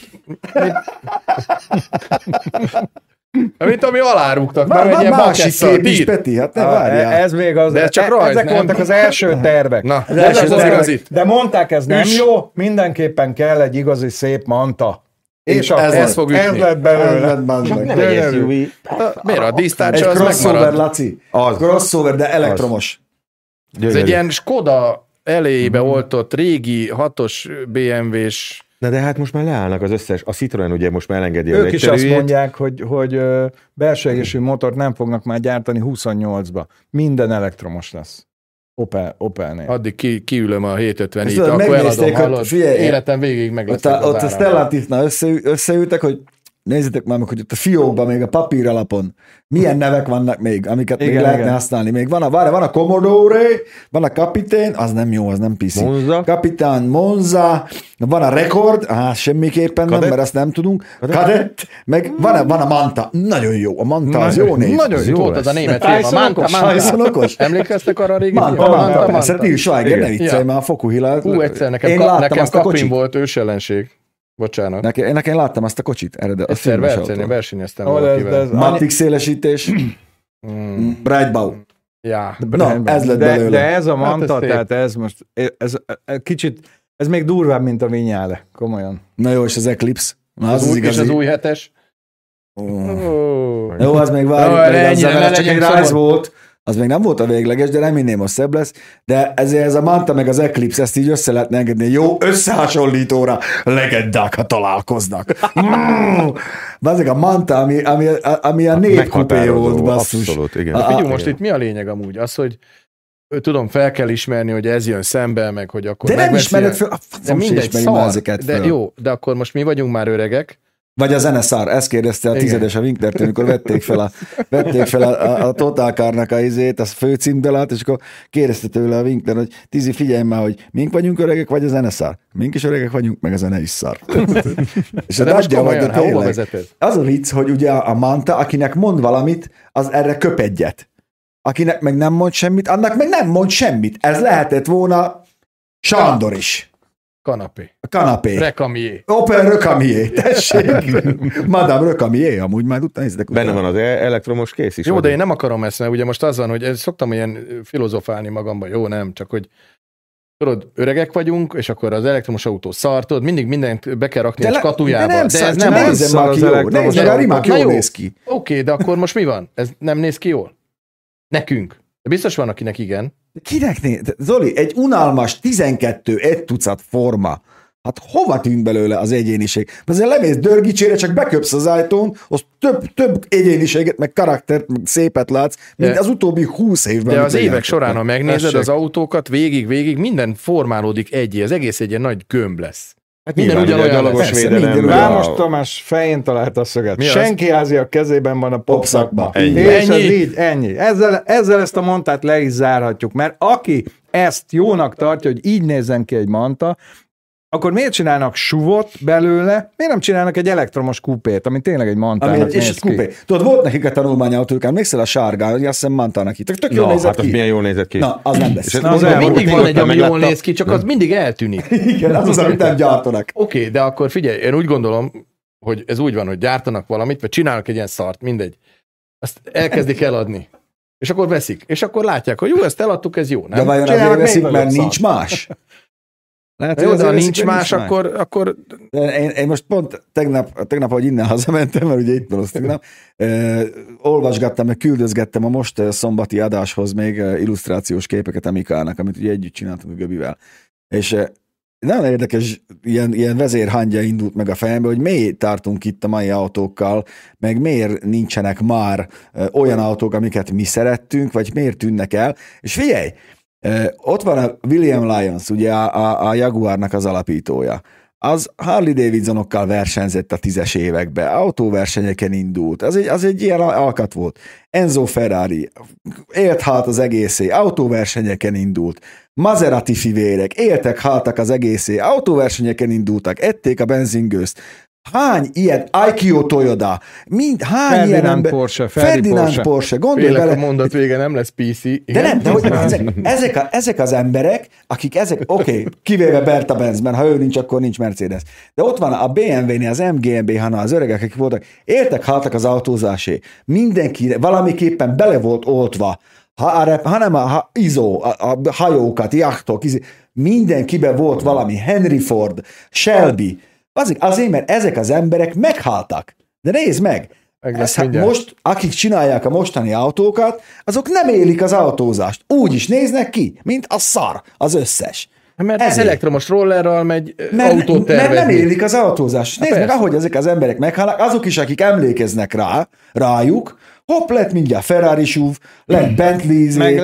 Mint ami alárúgtak. Másik kép is, Peti, hát ne várjál. Ez még az, ezek voltak az első tervek. Na, de mondták, ez nem jó, mindenképpen kell egy igazi szép manta. És ez fog ütni. Ez lett belőle. Miért a dísztárcsa az crossover, megmarad? Laci. Crossover, de elektromos. Ez egy ilyen Skoda elejébe oltott régi 6-os BMW-s. De hát most már leállnak az összes, a Citroen ugye most már elengedi az egyszerűjét. Ők is azt mondják, hogy belső égésű motort nem fognak már gyártani 28-ba. Minden elektromos lesz. Opelnél. Addig kiülöm a 750-it, akkor eladom, hallod. Életem végig meg lesz. Ott a Stellantisnál összeültek, hogy nézzétek már meg, hogy ott a fiókban, még a papíralapon milyen nevek vannak még, amiket még lehetne használni. Még van a Commodore, van a Kapitén, az nem jó, az nem piszi. Kapitán Monza, van a Rekord, semmiképpen nem, mert azt nem tudunk. Kadett, meg van a Manta. Nagyon jó, a Manta az jó név. Nagyon jó volt az a német film, a Manta. Emlékeztek arra a régi Manta. Persze, Till Schweiger, ne viccelj már a Fokuhila. Egyszer nekem Kapin volt ősellenség. Bocsánat. Nekem láttam azt a kocsit. Egyszer versenyeztem valakivel. Matrix szélesítés. Breitbau. Ja. Na, ez lett belőle. De ez a Manta, tehát ez most, ez kicsit, ez még durvább, mint a Vignale. Komolyan. Na jó, és az Eclipse. És az új 7-es. Jó, az még várjuk, csak egy ráz volt. Az még nem volt a végleges, de remélem, most szebb lesz. De ezért ez a Manta meg az Eclipse, ezt így össze lehetne engedni. Jó összehasonlítóra legendák, ha találkoznak. Ezek a Manta, ami a 4 kupé volt, basszus. Abszolút, igen. Figyelj, most itt mi a lényeg amúgy? Az, hogy tudom, fel kell ismerni, hogy ez jön szembe, meg hogy akkor de nem ismered fel, de mindegy, szar. De jó, de akkor most mi vagyunk már öregek. Vagy az NSR, ezt kérdezte a 10-es a Winklert, amikor vették fel a Total Car-nak a főcímdalát, és akkor kérdezte tőle a Winkler, hogy Tizi, figyelj már, hogy mink vagyunk öregek, vagy az NSR? Mink is öregek vagyunk, meg az NE is szar. És de most komolyan, hova vezeted? Az a vicc, hogy ugye a Manta, akinek mond valamit, az erre köp egyet. Akinek meg nem mond semmit, annak meg nem mond semmit. Ez lehetett volna Sándor is. Kanapé. Recamier. Opel Recamier, tessék. Madame Recamier, amúgy már utána nézzetek utána. Benne van az elektromos kész is. Jó, de én nem akarom ezt, mert ugye most az van, hogy szoktam ilyen filozofálni magamban, jó, nem, csak hogy tudod, öregek vagyunk, és akkor az elektromos autó szar, tudod, mindig mindent be kell rakni egy skatujába. De ez nem nézzem ki jól. Nézd meg, a Rimac jól néz ki. Oké, de akkor most mi van? Ez nem néz ki jól? Nekünk. De biztos van, akinek igen. Kinek Zoli, egy unalmas egy tucat forma. Hát hova tűnt belőle az egyéniség? Azért lemész Dörgicsére, csak beköpsz az ajtón, az több egyéniséget, meg karaktert, meg szépet látsz, mint az utóbbi 20 évben. De az évek során, ha megnézed az autókat, végig minden formálódik egyé. Az egész egy ilyen nagy gömb lesz. Hát minden ugyanolyan gyalogos védelem. Rámos Tamás fején találta a szöget. Senki házi a kezében van a popszakba. Ennyi. Ezzel ezt a Mantát le is zárhatjuk, mert aki ezt jónak tartja, hogy így nézzen ki egy Manta, akkor miért csinálnak SUV-ot belőle, miért nem csinálnak egy elektromos kupét, ami tényleg egy Mantának néz ki? Tudod, volt nekik a tanulmányautók, emlékszel a sárga, hogy azt hiszem Mantának itt. Tök jól nézett ki. Hát az milyen jól nézett ki. Na, az nem lesz. Mindig van egy, ami jól néz ki, csak az mindig eltűnik. Igen, az, amit nem gyártanak. Oké, de akkor figyelj, én úgy gondolom, hogy ez úgy van, hogy gyártanak valamit, vagy csinálnak egy ilyen szart, mindegy. Azt elkezdik eladni. És akkor veszik. És akkor látják, hogy jó, ezt eladtuk, ez jó. Nem? De vajon azért veszik, mert nincs más? Lehet, jó, de ha nincs más, akkor... Én most pont tegnap, ahogy innen hazamentem, mert ugye itt van az tegnap, olvasgattam, meg küldözgettem a most szombati adáshoz még illusztrációs képeket a Mikának, amit ugye együtt csináltunk a Göbivel. És nagyon érdekes ilyen vezérhangja indult meg a fejembe, hogy miért tartunk itt a mai autókkal, meg miért nincsenek már olyan autók, amiket mi szerettünk, vagy miért tűnnek el. És figyelj, ott van a William Lyons, ugye a Jaguarnak az alapítója. Az Harley Davidsonokkal versenyzett a 10-es években, autóversenyeken indult, az egy ilyen alkat volt. Enzo Ferrari, élt hát az egészé, autóversenyeken indult. Maserati fivérek, éltek, haltak az egészé, autóversenyeken indultak, ették a benzingőzt. Hány ilyen, Aikio Toyoda, hány Ferdinand ilyen ember, Porsche, Ferdinand Porsche, gondolj Félek bele. a mondat vége nem lesz PC. De nem, de hogy ezek az emberek, akik oké, kivéve Berta Benzben, ha ő nincs, akkor nincs Mercedes. De ott van a BMW-nél, az MGMB-nál az öregek, akik voltak, éltek, haltak az autózásé. Mindenki valamiképpen bele volt oltva, hanem a ISO, a hajókat, jachtok, mindenkiben volt valami, Henry Ford, Shelby. Azért, mert ezek az emberek meghaltak. De nézd meg! Most, akik csinálják a mostani autókat, azok nem élik az autózást. Úgy is néznek ki, mint a szar, az összes. Mert ezért. Elektromos rollerral megy autót tervezni. Mert nem élik az autózást. Nézd meg, ahogy ezek az emberek meghalnak, azok is, akik emlékeznek rájuk, hopp, lett mindjárt Ferrari SUV, lett Bentley, meg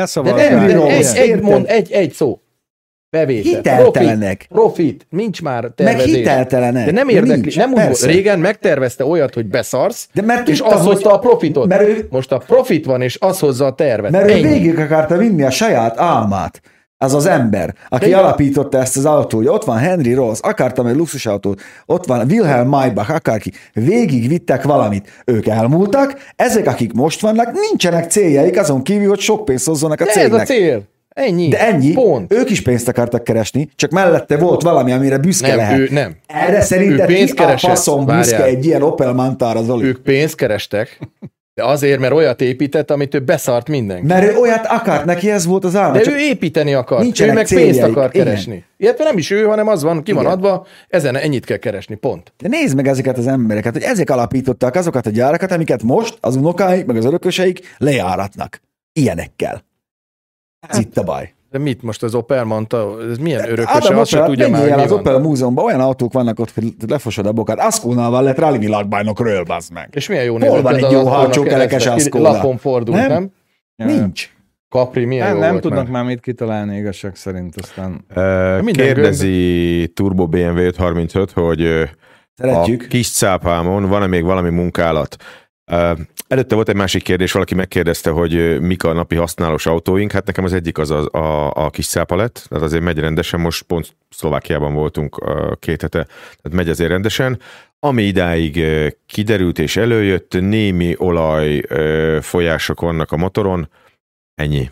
leszavazták. Egy szó. Bevétel. Hiteltelenek. Profit. Nincs már tervezés. Meg hiteltelenek. De nem érdekli. Nem úgy volt. Régen megtervezte olyat, hogy beszarsz, és az hozta a profitot. Most a profit van, és az hozza a tervet. Mert ő végig akarta vinni a saját álmát. Az ember, aki alapította ezt az autót, hogy ott van Henry Ross, akartam egy luxusautót, ott van Wilhelm Maybach, akárki, végig vittek valamit. Ők elmúltak, ezek, akik most vannak, nincsenek céljaik, azon kívül, hogy sok pénzt hozzanak a cégnek. Ez a cél. Ennyi. De ennyi. Pont. Ők is pénzt akartak keresni, csak mellette volt valami, amire büszke lehet. Ő nem. Erre szerinted ki a faszom büszke egy ilyen Opel Mantara, Zoli? Ők pénzt kerestek, de azért, mert olyat épített, amit ő beszart mindenki. Mert ő olyat akart, neki ez volt az álma. De ő építeni akart, ő meg pénzt akar keresni. Illetve nem is ő, hanem az van, ki van adva, ezen ennyit kell keresni, pont. De nézd meg ezeket az embereket, hogy ezek alapították azokat a gyárakat, amiket most az unokáik, meg az örököseik lejáratnak. Ilyenekkel. Ez itt a baj. De mit most az Opel mondta? Ez milyen örököse? Azt se tudja már, az Opel múzeumban olyan autók vannak ott, hogy lefosod a bokát. Ascónál lett rally világbajnokról, bazd meg. És milyen jó hol van egy jó hátsó kerekes Ascóna? Lapon fordult, nem? Nincs. Capri milyen jó nem volt tudnak meg. már mit kitalálni igazság szerint aztán. Kérdezi Turbo BMW 535, hogy szeretjük. A kis cápámon van-e még valami munkálat? Előtte volt egy másik kérdés, valaki megkérdezte, hogy mik a napi használós autóink. Hát nekem az egyik az a kis cápa lett, tehát azért megy rendesen, most pont Szlovákiában voltunk 2 hete, tehát megy azért rendesen. Ami idáig kiderült és előjött, némi olaj folyások vannak a motoron, ennyi.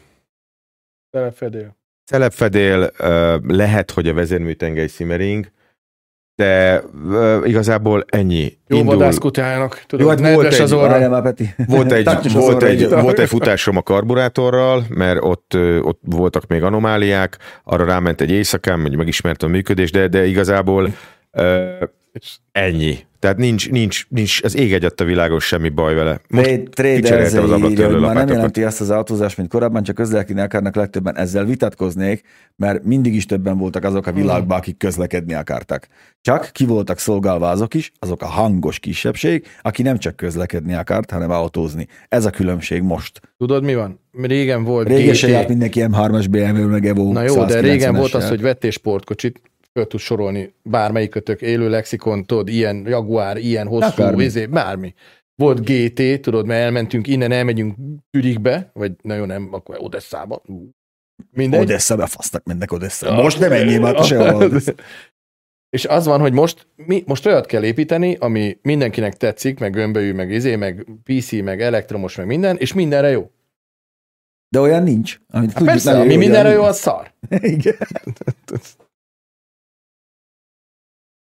Szelepfedél, lehet, hogy a vezérműtengely szimmering, de igazából ennyi. Jó vadászkutyának, tudod, hát nedves az orra. Volt egy futásom a karburátorral, mert ott voltak még anomáliák, arra ráment egy éjszakán, hogy megismertem a működést, de igazából ennyi. Tehát nincs az ég egyatt a világon semmi baj vele. Kicseréltem az ablakkelő lapátokat. Nem jelenti azt az autózást, mint korábban, csak közlekedni akarnak legtöbben. Ezzel vitatkoznék, mert mindig is többen voltak azok a világban, akik közlekedni akartak. Csak ki voltak szolgálva azok is, azok a hangos kisebbség, aki nem csak közlekedni akart, hanem autózni. Ez a különbség most. Tudod, mi van? Régen volt régen se járt mindenki M3-as BMW, meg Evo. Na jó, de régen volt az, hogy vettél sportkocsit, föl tudsz sorolni bármelyikötök, élő lexikon, tudod, ilyen Jaguar, ilyen hosszú, bármi. Volt GT, tudod, mert elmentünk innen, elmegyünk Zürichbe, vagy nagyon nem, akkor Odesszába. Mindegy. Odesszába, fasznak mennek Odesszába. Most nem ennyi, már sehol. És az van, hogy most olyat kell építeni, ami mindenkinek tetszik, meg gömbölyű, meg PC, meg elektromos, meg minden, és mindenre jó. De olyan nincs. Hát persze, ami mindenre jó, az szar. Igen.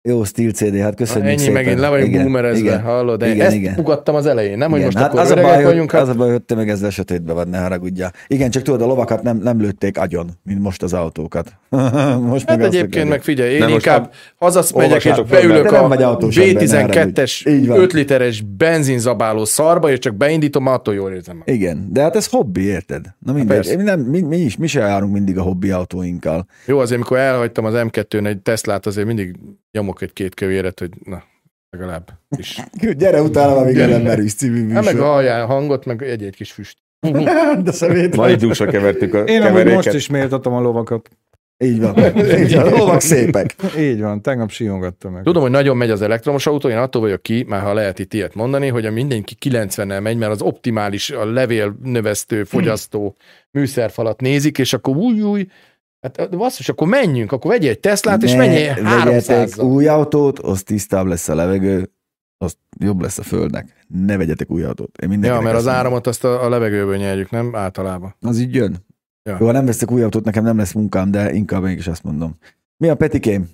Jó, Steel CD, hát köszönjük ennyi szépen. Megint le vagyunk boomerezve, hallod? De ezt pugattam az elején, nem, hogy igen. most Hát akkor öregek vagyunk. Az a baj, hogy te meg ezzel sötétbe vagy, ne haragudjál. Igen, csak tudod, a lovakat nem lőtték agyon, mint most az autókat. Most hát egyébként meg figyelj, én inkább hazamegyek és beülök a B12-es 5 literes benzinzabáló szarba, és csak beindítom, attól jól érzem meg. Igen, de hát ez hobbi, érted? Na mindegy, mi se járunk mindig a hobbi autóinkkal. Jó, azért amikor elhagytam az M2-n egy Teslát, azért mindig nyomok egy-két kövéret, hogy na, legalább is. Gyere utána, amíg nem merülsz című műsor. Meg halljál hangot, meg egy füst. De szemét. Majd dúsra kevertük a Én keveréket. Most is méltatom a lovakat. Így van. A lovak szépek. Így van, tegnap siongattam meg. Tudom, hogy nagyon megy az elektromos autó, én attól vagyok ki, már ha lehet itt ilyet mondani, hogy mindenki 90-nel megy, mert az optimális, a levélnövesztő, fogyasztó műszerfalat nézik, és akkor új, hát basszus, akkor menjünk, akkor vegyél egy Teslát, és menjél 300-zal. Új autót, az tisztább lesz a levegő, az jobb lesz a földnek. Ne vegyetek új autót. Ja, mert az áramot azt a levegőből nyerjük, nem? Általában. Az így jön. Ja. Jó, ha nem veszek új autót, nekem nem lesz munkám, de inkább mégis azt mondom. Mi a Petikém?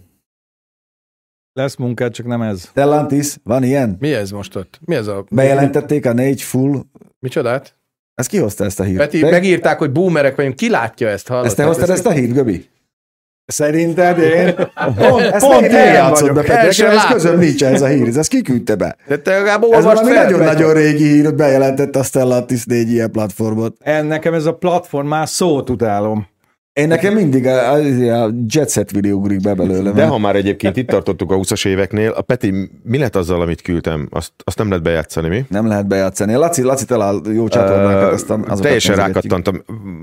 Lesz munkád, csak nem ez. Stellantis, van ilyen? Mi ez most ott? Mi ez a... Bejelentették a 4 full... Micsodát? Ezt ki hozta ezt a hírt? Peti, megírták, hogy boomerek vagyunk. Ki látja ezt? Hallott? Ezt te hoztad ezt a hírt, Göbi? Szerinted én? Pont én játszod be, Petri, ez közöm nincs ez a hír, ez kiküldte be. De te legalább ez valami nagyon-nagyon régi hír, hogy bejelentette a Stellantis 4 ilyen platformot. Nekem ez a platform már szót utálom. Én nekem mindig a Jet Set videó ugrik be belőle. De ha már egyébként itt tartottuk a 20-as éveknél, a Peti, mi lett azzal, amit küldtem? Azt nem lehet bejátszani, mi? Nem lehet bejátszani. Laci talál jó csatornákat, aztán teljesen rákattantam.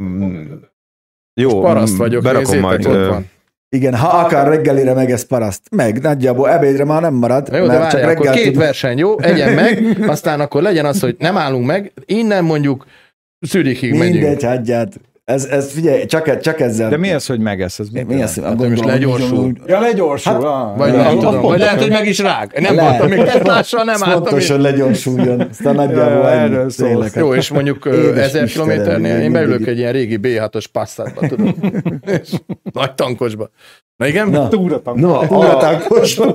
Jó, paraszt vagyok, berakom majd. Igen, ha akar reggelire meg ez paraszt. Meg, nagyjából ebédre már nem marad. Jó, de várjál, akkor 2 verseny, jó? Egyen meg, aztán akkor legyen az, hogy nem állunk meg, innen mondjuk Zürichig megyünk. Mindegy, hagyját. Ez figyelj, csak ezzel. De mi az, hogy megesz? Ez mi az? Most legyorsul. Ja, legyorsul. Vagy nem tudom, vagy lehet, hogy meg is rág. Nem voltam még Teslással, nem álltam. Pontosan legyorsuljon. Aztán nagyjából erről szól. Jó, és mondjuk 1000 kilométernél én beülök egy ilyen régi B6-os Passatba, tudom. Nagy tankosba. Na igen? Túratankosba.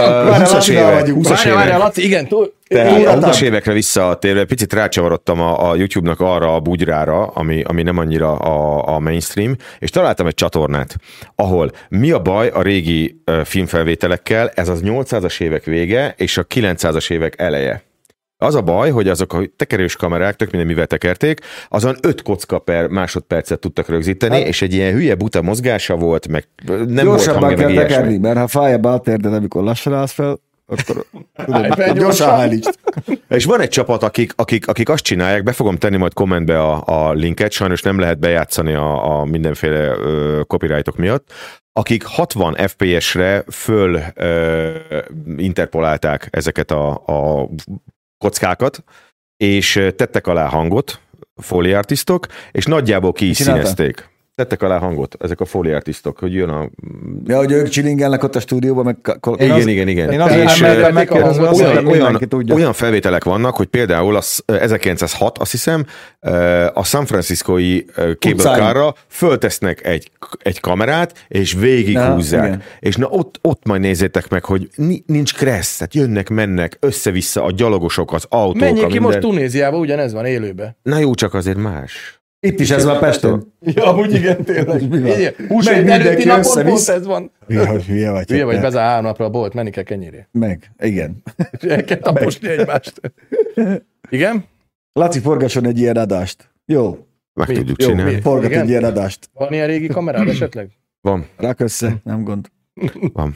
20-as Laci, igen, a 20-as évekre visszatérve, picit rácsavarodtam a YouTube-nak arra a bugyrára, ami nem annyira a mainstream, és találtam egy csatornát, ahol mi a baj a régi filmfelvételekkel, ez az 800-as évek vége és a 900-as évek eleje. Az a baj, hogy azok a tekerős kamerák, tök minden mivel tekerték, azon 5 kocka per másodpercet tudtak rögzíteni, és egy ilyen hülye buta mozgása volt, meg nem volt hangja, meg ilyesmi. Tekerni, mert ha fájabb átérded, amikor lassan állsz fel, akkor gyorsan állítsd. És van egy csapat, akik azt csinálják, be fogom tenni majd kommentbe a linket, sajnos nem lehet bejátszani a mindenféle copyrightok miatt, akik 60 FPS-re föl interpolálták ezeket a kockákat, és tettek alá hangot, Foley artistok, és nagyjából ki is színezték. Tettek alá hangot, ezek a Foley artistok, hogy jön a... Ja, hogy ők csilingelnek ott a stúdióban, meg... Igen. Én azért olyan felvételek vannak, hogy például 1906, azt hiszem, a San Franciscói cable carra föltesznek egy kamerát, és végighúzzák. És na ott majd nézzétek meg, hogy nincs kressz, tehát jönnek, mennek, össze-vissza a gyalogosok, az autók. Menjél ki most Tunéziába, ugyanez van élőben. Na jó, csak azért más. Itt is ez van Pesten. Ja, úgy igen, tényleg. Húsvét előtti napon pont ez van. Hülye vagy. Hülye vagy, bezár 3 napra a bolt, menni kell kenyéré. Meg, igen. El kell taposni egymást. Igen? Laci, forgasson egy ilyen adást. Jó. Meg tudjuk csinálni. Forgat egy ilyen adást. Van ilyen régi kamerád esetleg? Van. Rák össze, nem gond. Van.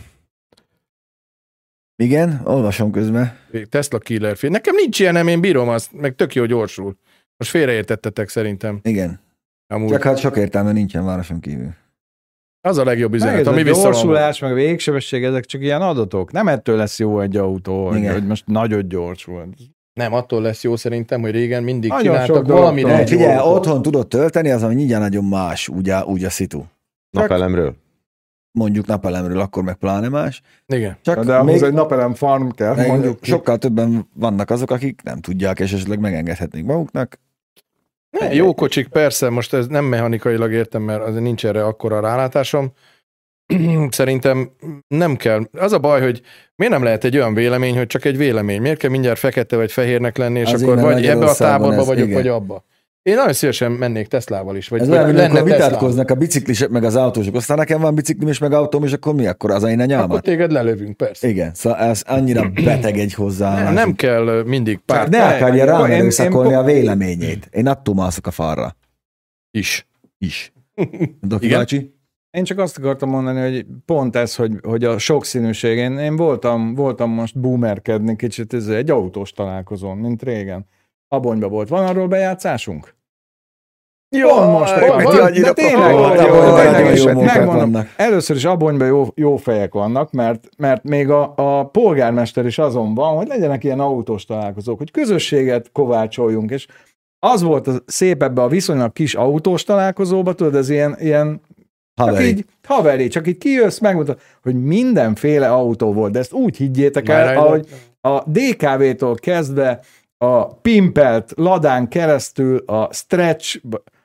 Igen, olvasom közben. Tesla killer film. Nekem nincs ilyenem, én bírom azt, meg tök jó gyorsul. Most félreértettetek szerintem. Igen. Amúgy. Csak hát sok értelme nincsen városon kívül. Az a legjobb üzenet, ami vissza van. A gyorsulás, meg a végsebesség, ezek csak ilyen adatok. Nem ettől lesz jó egy autó, hogy most nagyon gyorsul. Nem, attól lesz jó szerintem, hogy régen mindig nagyon csináltak valamire. Figyelj, otthon tudod tölteni, az, ami nyilván nagyon más, úgy a szitu. Napelemről? Mondjuk napelemről, akkor meg pláne más. Igen. Csak de ahhoz egy napelem farm kell, mondjuk. Sokkal többen vannak azok, akik nem tudják, és esetleg megengedhetnék maguknak. Jó kocsik, persze, most ez nem mechanikailag értem, mert azért nincs erre akkora rálátásom, szerintem nem kell. Az a baj, hogy miért nem lehet egy olyan vélemény, hogy csak egy vélemény? Miért kell mindjárt fekete vagy fehérnek lenni, és akkor vagy ebbe a táborba vagyok, igen. Vagy abba. Én nagyon szívesen mennék Teslával is. Vagy ez olyan, amikor vitatkoznak a biciklisek meg az autósok, aztán nekem van biciklim is, meg autóm, és akkor mi? Akkor az én a nyalmat? Akkor téged lelövünk, persze. Igen, szóval ez annyira beteg egy hozzá. Nem kell mindig párt. Ne akarja rám erőszakolni a véleményét. Én attól mászok a falra. Is. Doki bácsi? Én csak azt akartam mondani, hogy pont ez, hogy a sokszínűség. Én voltam most boomerkedni kicsit egy autós találkozón, mint régen. Abonyba volt. Van arról bejátszásunk? Jó, most de tényleg megmondom, először is Abonyban jó fejek vannak, mert még a polgármester is azon van, hogy legyenek ilyen autós találkozók, hogy közösséget kovácsoljunk, és az volt szép ebbe a viszonylag kis autós találkozóba, tudod, ez ilyen haveri, csak így kijössz, megmutat, hogy mindenféle autó volt, de ezt úgy higgyétek el, ahogy a DKV-tól kezdve a pimpelt Ladán keresztül, a stretch,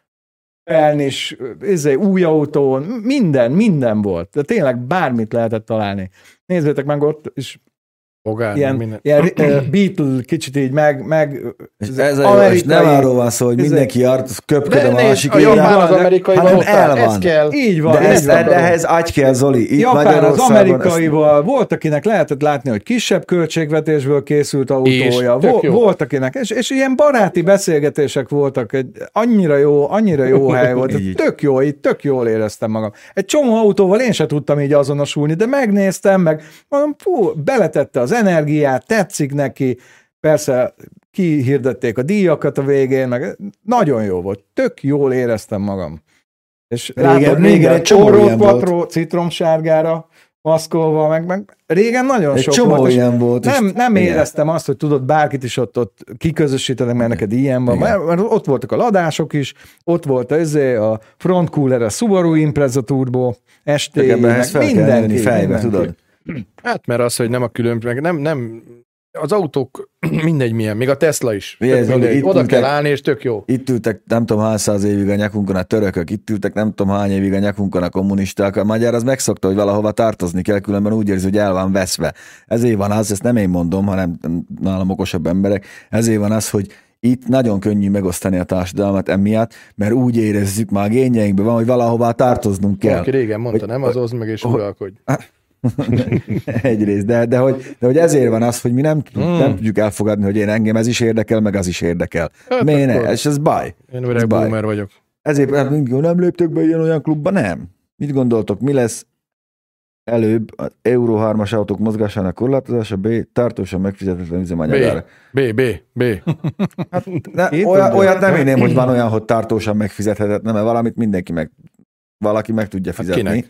felnis, új autó, minden volt. De tényleg bármit lehetett találni. Nézzétek meg ott is ilyen Beatle kicsit így meg ez és nem arról van szó, hogy mindenki járt, köpköd a másik. A Japán az amerikaival ott ez kell. Így van. De ehhez agy kell, Zoli. Japán az amerikaival volt, akinek lehetett látni, hogy kisebb költségvetésből készült autója. Volt akinek, és ilyen baráti beszélgetések voltak. Annyira jó hely volt. Tök jól éreztem magam. Egy csomó autóval én se tudtam így azonosulni, de megnéztem, meg mondom, beletette az energiát, tetszik neki, persze kihirdették a díjakat a végén, meg nagyon jó volt, tök jól éreztem magam. És látod, régen egy csomó patró citromsárgára maszkolva, meg régen nagyon egy sok csomó volt. Ilyen volt nem éreztem azt, hogy tudod, bárkit is ott kiközösítenek, mert neked ilyen van. Mert ott voltak a ladások is, ott volt a front cooler, a Subaru Impreza Turbo, ST, mindenki fejbe, tudod. Hát mert az, hogy nem a különbség, nem az autók mindegy milyen, még a Tesla is. Oda kell állni, és tök jó. Itt ültek nem tudom hány száz évig a nyakunkon a törökök, itt ültek nem tudom hány évig a nyakunkon a kommunisták. A magyar az megszokta, hogy valahova tartozni kell, különben úgy érzi, hogy el van veszve. Ezért van az, ezt nem én mondom, hanem nálam okosabb emberek, ezért van az, hogy itt nagyon könnyű megosztani a társadalmat emiatt, mert úgy érezzük, már a génjeinkben van, hogy valahová tartoznunk kell. Aki régen mondta, hogy, nem az oszd meg és uralkodj. Egyrészt, de hogy ezért van az, hogy mi nem tudjuk elfogadni, hogy engem ez is érdekel, meg az is érdekel. Hát miért ne? Ez baj. Én öreg boomer vagyok. Ezért nem léptök be ilyen klubba? Nem. Mit gondoltok, mi lesz előbb az Euro 3-as autók mozgásának korlátozása, B. Tartósan megfizetetlen üzemanyagára. B. Hát, olyat nem éném, hogy van olyan, hogy tartósan megfizethetetlen, mert valamit valaki meg tudja fizetni. Hát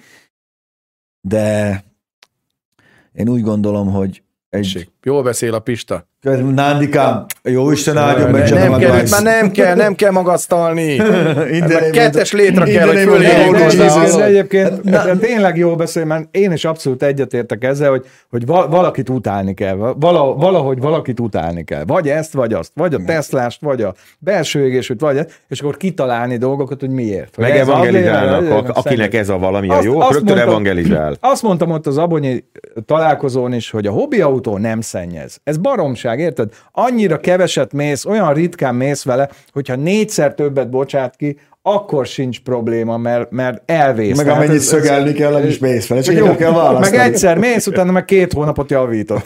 de én úgy gondolom, hogy jól beszél a Pista. Nándikám, jó Isten áldjon meg. Nem kell magasztalni. Kettes létre kell, hogy följöjjön hozzá. Egyébként tényleg jól beszél, mert én is abszolút egyetértek ezzel, hogy valakit utálni kell. Valahogy valakit utálni kell. Vagy ezt, vagy azt. Vagy a Teslást, vagy a belső égésűt, vagy ezt, és akkor kitalálni dolgokat, hogy miért. Meg evangelizálnak, akinek ez a valami a jó, rögtön evangelizál. Azt mondtam ott az abonyi találkozón is, hogy a hobbiautó nem szennyez. Ez baromság. Érted? Annyira keveset mész, olyan ritkán mész vele, hogyha 4-szer többet bocsát ki, akkor sincs probléma, mert elvész. Meg amennyit szögelni kell, is mész vele, csak jó kell választani. Meg egyszer mész, utána meg 2 hónapot javított.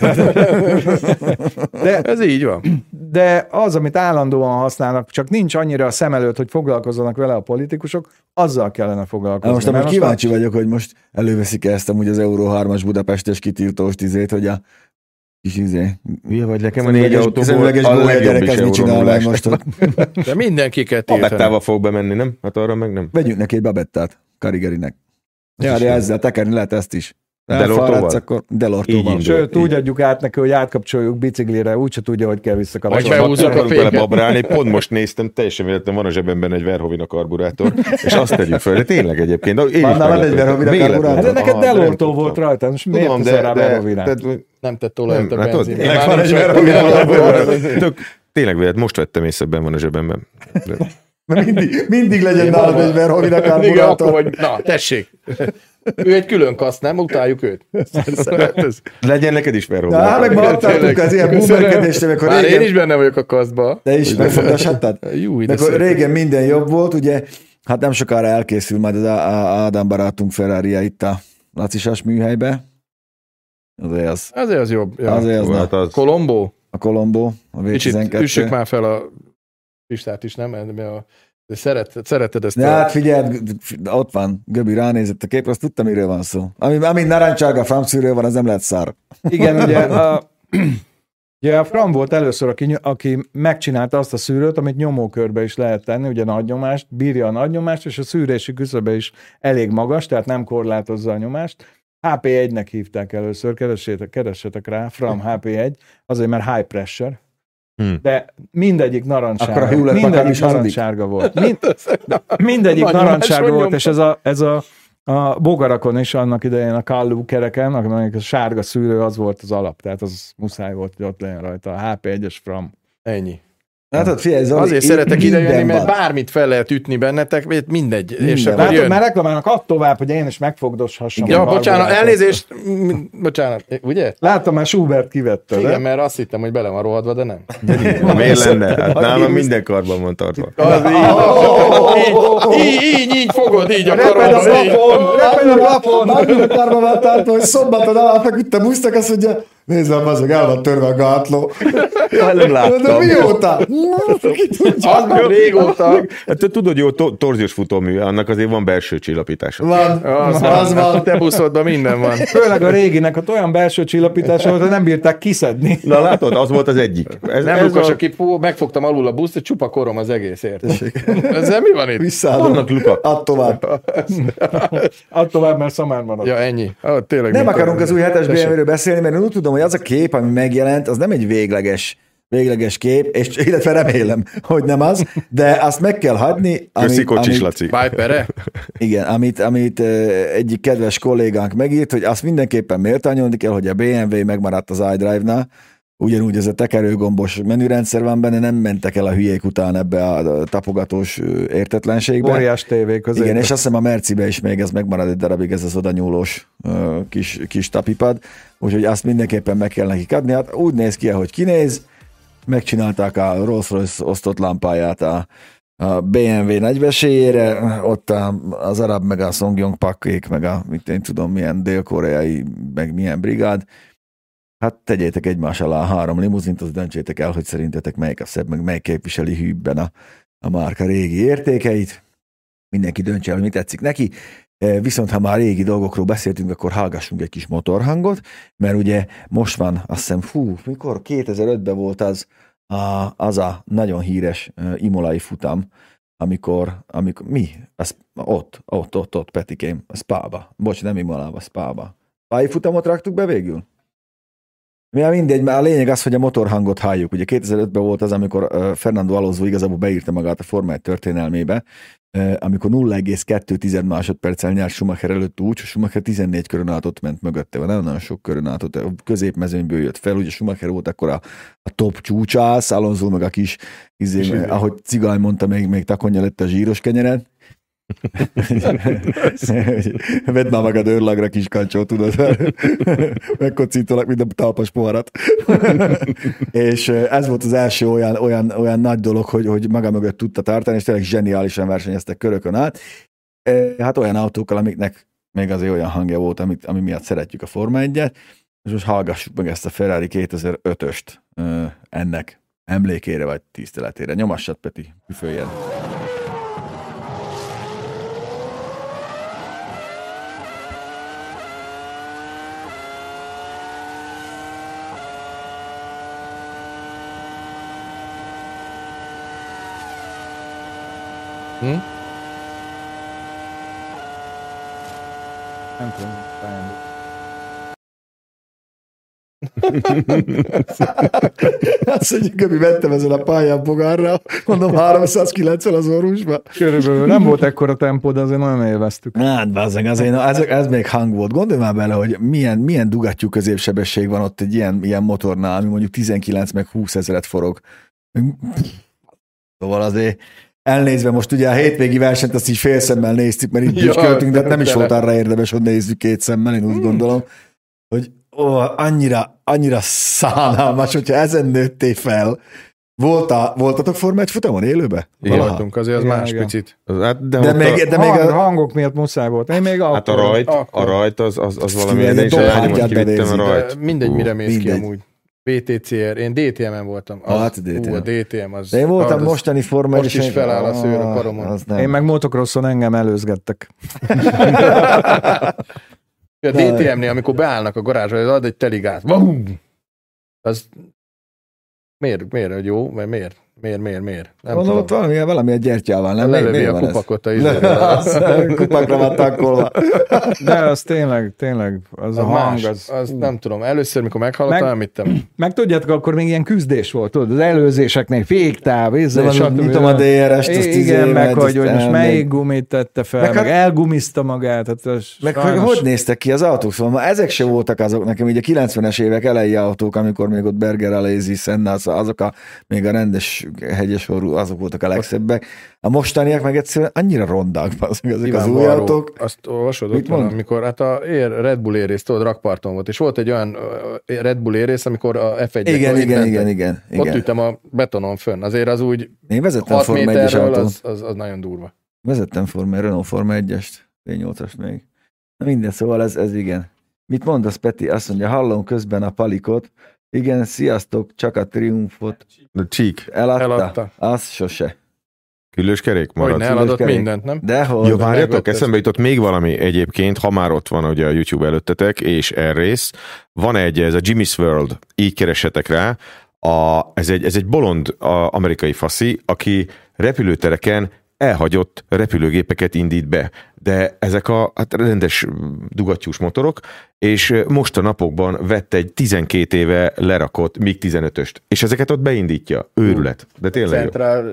De ez így van. De az, amit állandóan használnak, csak nincs annyira a szem előtt, hogy foglalkozzanak vele a politikusok, azzal kellene foglalkozni. Most amúgy kíváncsi vagyok, hogy most előveszik ezt amúgy az Euró 3-as budapestes kitiltós tizét, hogy a kis Hülye vagy, nekem a 4 autóból a legjobb is Euronulás. De mindenkiket tiltani. Babettával fog bemenni, nem? Hát arra meg nem. Vegyünk neki egy babettát, Karigerinek. Ja, de ezzel tekerni lehet ezt is. Delortóval. Sőt, úgy adjuk át neki, hogy átkapcsoljuk biciklire, úgyse tudja, hogy kell visszakapcsolni. Vagy behúzzuk a féket. Babrálni, pont most néztem, teljesen véletlenül van a zsebemben egy Verhovina karburátor, és azt tegyük föl, de tényleg egyébként. Van egy Verhovina karburátor? De neked Delortó volt rajta, most miért teszel rá Verhovinát? Nem tett olajat a benzin. Tényleg véletlenül, most vettem észre, benn van a zsebemben. Mindig legyen nálad egy Verhoeven karburátor. Na, tessék. Ő egy külön kaszt, nem? Utáljuk őt. Legyen neked is Verhoeven. Hát meg ma adtátok az ilyen boomerkedésre, amikor régen... Én is benne vagyok a kasztba. Te is megfogasattad? Régen minden jobb volt, ugye, hát nem sokára elkészül majd az Ádám barátunk Ferrari-ja itt a Lacisas műhelybe. Azért az jobb. Ja. Azért az Colombo? A Colombo, a V12. Kicsit üssük már fel a Pistát is, nem? Szereted ezt. De hát figyeld, ott van, Göbi ránézett a képre, azt tudtam, miről van szó. Ami narancsárga framszűrő van, az nem lehet szár. Igen, ugye a Fram volt először, aki megcsinálta azt a szűrőt, amit nyomókörbe is lehet tenni, ugye nagy nyomást, bírja a nagy nyomást, és a szűrési küszöbe is elég magas, tehát nem korlátozza a nyomást. HP1-nek hívták először, keressetek rá, Fram HP1, azért mert high pressure, de mindegyik narancssárga volt. Mindegyik narancssárga volt, és ez a bogarakon is annak idején a Kallú kereken, aminek a sárga szűrő az volt az alap, tehát az muszáj volt, hogy ott legyen rajta a HP1-es Fram. Ennyi. Látod, figyelj, Zoli, azért szeretek idejönni, mert bármit fel lehet ütni bennetek, mindegy. És látod, mert reklamálnak add tovább, hogy én is megfogdosshassam. Ja, bocsánat, elnézést, bocsánat, ugye? Láttam, már Schubert kivette. Igen, mert azt hittem, hogy bele van rohadva, de nem. Miért lenne? Hát nálam minden karban van tartva. Így fogod, így a karodban. Reped a plafon, nagyon karban van tartva, hogy szombaton alapfeküdtem, úsztak, azt mondja, nézd már, azok el van törve a gátló. Nem láttam. De mióta? Az már régóta. Hát te tudod, jó torziós futómű, annak azért van belső csillapítása. Az van. Te buszodban minden van. Főleg a réginek ott olyan belső csillapítása volt, hogy nem bírták kiszedni. Na látod, az volt az egyik. Nem lukas, aki megfogtam alul a buszt, csupa korom az egész, érted? Ezzel mi van itt? Visszaadom. Add tovább. Add tovább, mert szamár marad. Ja, ennyi. Tényleg nem akarunk az új 7-es BMW-ről beszélni, mert én úgy tudom, hogy az a kép, ami megjelent, az nem egy végleges kép, és illetve remélem, hogy nem az, de azt meg kell hagyni. Köszi Kocsis Laci. Viper-e? Igen, amit egyik kedves kollégánk megírt, hogy azt mindenképpen méltányolni kell, hogy a BMW megmaradt az iDrive-nál, ugyanúgy ez a tekerőgombos menürendszer van benne, nem mentek el a hülyék után ebbe a tapogatós értetlenségbe. Óriás tévé közé. Igen, és azt hiszem a Mercibe is még ez megmarad egy darabig, ez az odanyúlós kis tapipad, úgyhogy azt mindenképpen meg kell nekik adni. Hát úgy néz ki, ahogy kinéz, megcsinálták a Rolls-Royce osztott lámpáját a BMW 40-ére, ott az arab, meg a Songyong Pakkék, meg a én tudom milyen dél-koreai, meg milyen brigád. Hát tegyétek egymás alá a 3 limuzint, azt döntsétek el, hogy szerintetek melyik a szebb, meg melyik képviseli hűbben a márka régi értékeit. Mindenki döntse el, hogy mi tetszik neki. Viszont ha már régi dolgokról beszéltünk, akkor hallgassunk egy kis motorhangot, mert ugye most van, azt hiszem, mikor 2005-ben volt az a nagyon híres imolai futam, amikor mi? Ott, Petikém, a Spába. Bocs, nem Imolába, Spába. Spái futamot raktuk be végül? Mindegy, mert a lényeg az, hogy a motorhangot halljuk. Ugye 2005-ben volt az, amikor Fernando Alonso igazából beírta magát a Forma 1 történelmébe, amikor 0,2 másodperccel nyert Schumacher előtt úgy, Schumacher 14 körön át ott ment mögötte, vagy nagyon sok körön át ott, a középmezőnyből jött fel, ugye Schumacher volt akkor a top csúcsász, Alonso meg a kis, ahogy Cigány mondta, még takonja lett a zsíros kenyeret. Vedd már magad őrlagra, kis kancsó, tudod? Megkocítalak, mint a talpas poharat. És ez volt az első olyan nagy dolog, hogy maga mögött tudta tartani, és tényleg zseniálisan versenyeztek körökön át. Hát olyan autókkal, amiknek még azért olyan hangja volt, ami miatt szeretjük a Forma 1-et, és most hallgassuk meg ezt a Ferrari 2005-öst ennek emlékére vagy tiszteletére. Nyomassad, Peti, üföljed. Nem tudom, azt mondja, Göbi, vettem ezen a pályán bogárra, mondom 390 az orvosba. Körülbelül nem volt ekkora tempó, de azért nagyon élveztük. Hát, bazzeg, ez még hang volt. Gondolj már bele, hogy milyen dugattyú középsebesség van ott egy ilyen motornál, ami mondjuk 19 meg 20 ezeret forog. Szóval azért elnézve most ugye a hétvégi versenyt azt így fél szemmel néztük, mert itt költünk, de nem is volt arra érdemes, hogy nézzük 2 szemmel, én úgy gondolom, hogy annyira szánalmas, hogyha ezen nőttél fel. Voltatok Forma 1 futamon élőbe? Voltunk, azért az más picit. De még a hangok miatt muszáj volt. Én még hát a rajt az valami, én is kivittem a rajt. Mindegy, mire mész ki amúgy. VTCR, én DTM-en voltam. A DTM az... De én voltam mostani Forma 1, most is feláll a szőr a karomon. Én meg motocrosson engem előzgettek. A DTM-nél, amikor beállnak a garázsra, az ad egy teligát. Az miért, hogy jó? Miért? Mondom, ott valami a gyertyával, nem? Lelövi a kupakot kupakra van tankolva. De az tényleg, az a hang, az nem tudom. Először, mikor meghallottam, említem. Meg tudjátok, akkor még ilyen küzdés volt, tudod, az előzéseknél féktáv, nyitom a DRS-t, azt igen, meg hogy most melyik gumit tette fel, meg elgumizta magát. Meg hogy néztek ki az autók? Szóval ezek se voltak azok nekem, így a 90-es évek elejé autók, amikor még ott Berger, Alesi, Senna, azok még a rendes hegyesorú, azok voltak a legszebbek. A mostaniak meg egyszerűen annyira rondák, ezek az új autók. Azt olvasod ott van, amikor hát a Red Bull érész, tudod, rakparton volt, és volt egy olyan Red Bull érész, amikor a F1-et igen. Ott ültem a betonon fönn. Azért az úgy én vezettem 6 méterről az nagyon durva. Vezettem Renault Forma 1-est, V8-ast még. Na minden, szóval ez igen. Mit mondasz, Peti? Azt mondja, hallom közben a palikot. Igen, sziasztok, csak a Triumfot. Csík. Eladta. Az sose. Küllős kerék maradt. Hogy ne eladott mindent, nem? Dehogy. Jó, várjatok, eszembe jutott még valami egyébként, ha már ott van ugye a YouTube előttetek, és R-Race. Van ez a Jimmy's World, így keressetek rá. Ez egy bolond amerikai faszi, aki repülőtereken elhagyott repülőgépeket indít be. De ezek a rendes dugattyús motorok, és most a napokban vett egy 12 éve lerakott MiG-15-öst, és ezeket ott beindítja. Őrület. De tényleg.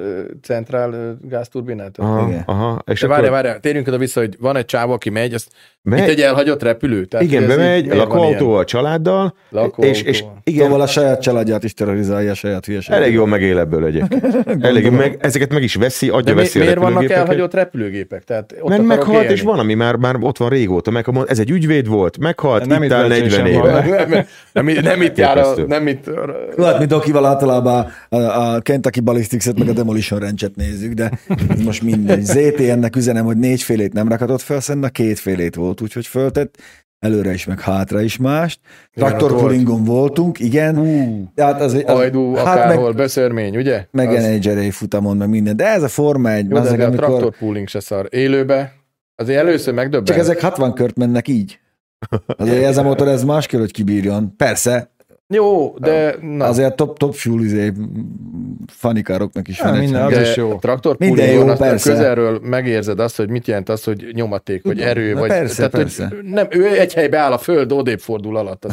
Centrál gázturbinátor. Aha. És de várjál, térjünk oda vissza, hogy van egy csávó, aki megy, itt egy elhagyott repülő. Tehát igen, bemegy, lakóautóval, a családdal, és igen, szóval a saját családját is terrorizálja, a saját hülyeséget. Elég jól megél ebből egyébként. Ezeket meg is veszi, adja veszi a repülőgépeket. Miért vannak elhagyott repülőgépek? Tehát ott meghalt, és van, ami már ott van régóta. Ez egy ügyvéd volt, meghalt, itt áll 40 éve. Nem itt jár, nem itt... Hát mi Dokival általában a Kentucky Ballistics-et meg a Demolition Ranch-et nézzük, de most mindegy. ZTN-nek üzenem, hogy 4 félét nem rakatott fel, Senna 2 félét volt, úgyhogy föltett. Előre is, meg hátra is mást. Traktorpulingon voltunk, igen. Ajdú, akárhol, beszörmény, ugye? Meg NHRA futamon, meg minden. De ez a Forma 1. Jó, de a traktorpooling se szar. Élőbe, azért először megdöbben. Csak ezek 60 kört mennek így. Azért ez a motor, ez más kell, hogy kibírjon. Persze. Jó, de... Na. Azért top fuel fanikároknak is van. Minden, az is jó. Traktorpoolingon azt közelről megérzed azt, hogy mit jelent az, hogy nyomaték, vagy erő, vagy... Persze, persze. Hogy nem, ő egy helybe áll a föld, odébb fordul alatt.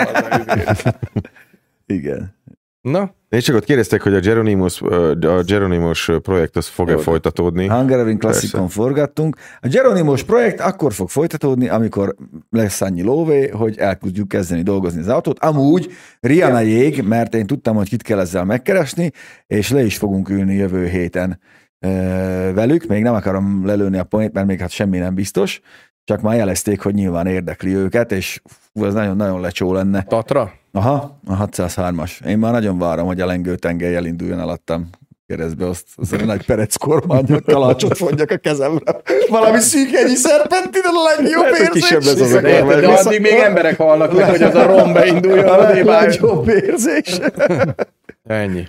Igen. Na? És csak ott kérdeztek, hogy a Geronimos projekt az fog-e folytatódni. Hungaroring Classicon forgattunk. A Geronimos projekt akkor fog folytatódni, amikor lesz annyi lóvé, hogy el tudjuk kezdeni dolgozni az autót. Amúgy Rihanna jég, mert én tudtam, hogy kit kell ezzel megkeresni, és le is fogunk ülni jövő héten velük. Még nem akarom lelőni a point, mert még hát semmi nem biztos. Csak már jelezték, hogy nyilván érdekli őket, és ez nagyon-nagyon lecsó lenne. Tatra? Aha, a 603-as. Én már nagyon várom, hogy a lengőtengely elinduljon alattam keresztbe, azt a nagy perec kormányok, kalácsot fogják a kezemre. Valami szűkegyi szerpentin, a legjobb érzés. Kisebb lesz az a kormány. De addig még emberek halnak meg, hogy az a rom beinduljon. A legjobb érzés. Ennyi.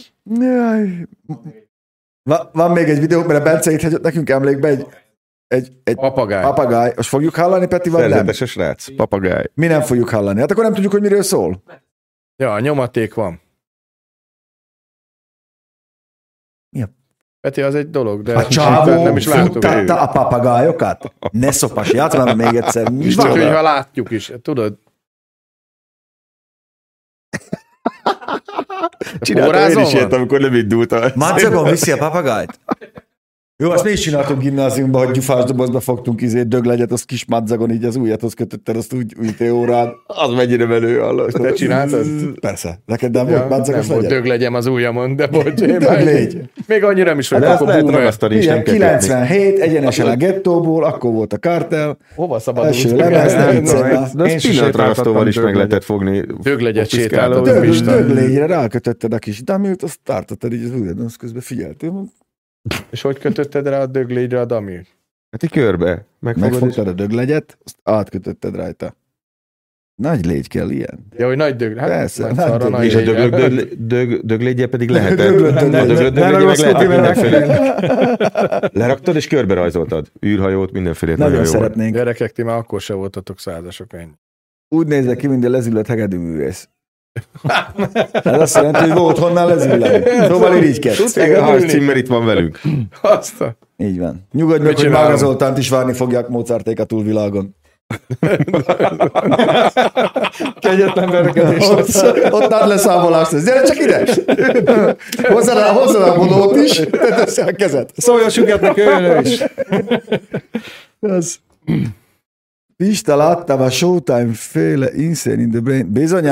Van még egy videó, mert a Bence itt hagyott nekünk emlékbe egy papagáj. Most fogjuk hallani, Peti, vagy nem? Szerzetes srác, papagáj. Mi nem fogjuk hallani? Hát akkor nem tudjuk, hogy miről szól. Ja, a nyomaték van. Ja. Peti, az egy dolog, de a csávó nem is futtatta a papagájokat? Ne szopas, játszom még egyszer. Mi van? Csak, ha látjuk is, tudod? Csináltam én is ilyet, amikor nem indult a... Madzagon viszi a papagájt? Jó, azt mi is csináltunk gimnáziumban, hogy gyufás dobozba fogtunk döglegyet, az kis madzagon így az ujjathoz kötötted, azt úgy órán. Az mennyire menő. Te csináltad? Persze. Neked nem volt madzagos nem volt döglegyem az ujjamon, de bocs. Döglégy. Még annyira nem is, hogy akkor ragasztani is nem 97, egyenesen a gettóból, akkor volt a kartel. Hova szabadult? Első lemez, de ezt pillanatragasztóval is meg lehetett fogni. Döglegyet sétáltad. Döglégyre rákötötted a kis damilt, azt tartottad így az ujjadon, azt közben figyeltél. És hogy kötötted rá a döglégyre a damilt? Hát így körbe. Megfogtad a döglegyet, azt átkötötted rajta. Nagy légy kell ilyen. Ja, hogy nagy dög. Hát, persze, nagy és a döglégye pedig lehetett. A döglégye meg lehetett mindenféle. Leraktad és körbe rajzoltad. Űrhajót, mindenfélét. Nagyon szeretnénk. Gyerekek, ti már akkor se voltatok százasok ennyi. Úgy nézek ki, mint a lezüllött hegedűművész. Ez azt jelenti, hogy volt honnan lezülleni. Szóval irigykedsz. A címmer itt van velünk. Így van. Nyugodj meg, hogy Mága Zoltánt is várni fogják Mozarték a túlvilágon. Kegyetlen verekedés. Ott ad leszámolást. Gyere csak ide! Hozzá a vonót is, tedd össze a kezed. Szóljon sugatnak ő is. Pista, láttam a Showtime féle Insane in the Brain.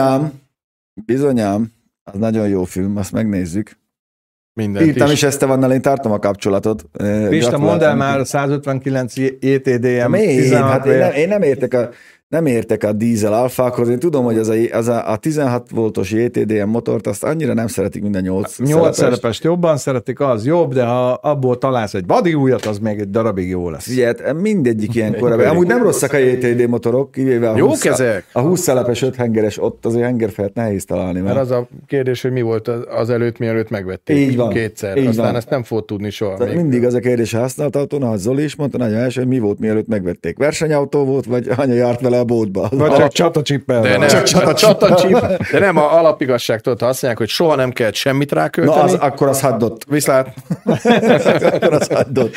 Bizonyám, az nagyon jó film, azt megnézzük. Mindent írtam is ezt, Evannal, én tartom a kapcsolatot. Pista, mondd el már a 159 ETDM. Hát én nem értek a dízel alfákhoz. Én tudom, hogy a 16 voltos ETDM motort, azt annyira nem szeretik, mint a 8 szerepest jobban szeretik, az jobb, de ha abból találsz egy body újat, az még egy darabig jó lesz. Figyelj, mindegyik ilyen korábban. Amúgy nem rosszak a ETD motorok, kivéve a 20 szelepes 5 hengeres, ott azért hengerfelt nehéz találni. Mert az a kérdés, hogy mi volt az előtt, mielőtt megvették. Így van. Kétszer. Így aztán van. Ezt nem fogod tudni soha. Mindig az a kérdés, a használt autón, ahogy Zoli is mondta, nagyon első, hogy mi volt, mielőtt megvették. Versenyautó volt, vagy anya járt vele a boltba. Vagy csak csatacsippel. De nem, a alapigazság, tudod, ha azt mondják, hogy soha nem kellett semmit rákölteni. Na, akkor az haddott. Viszlát. Akkor az haddott.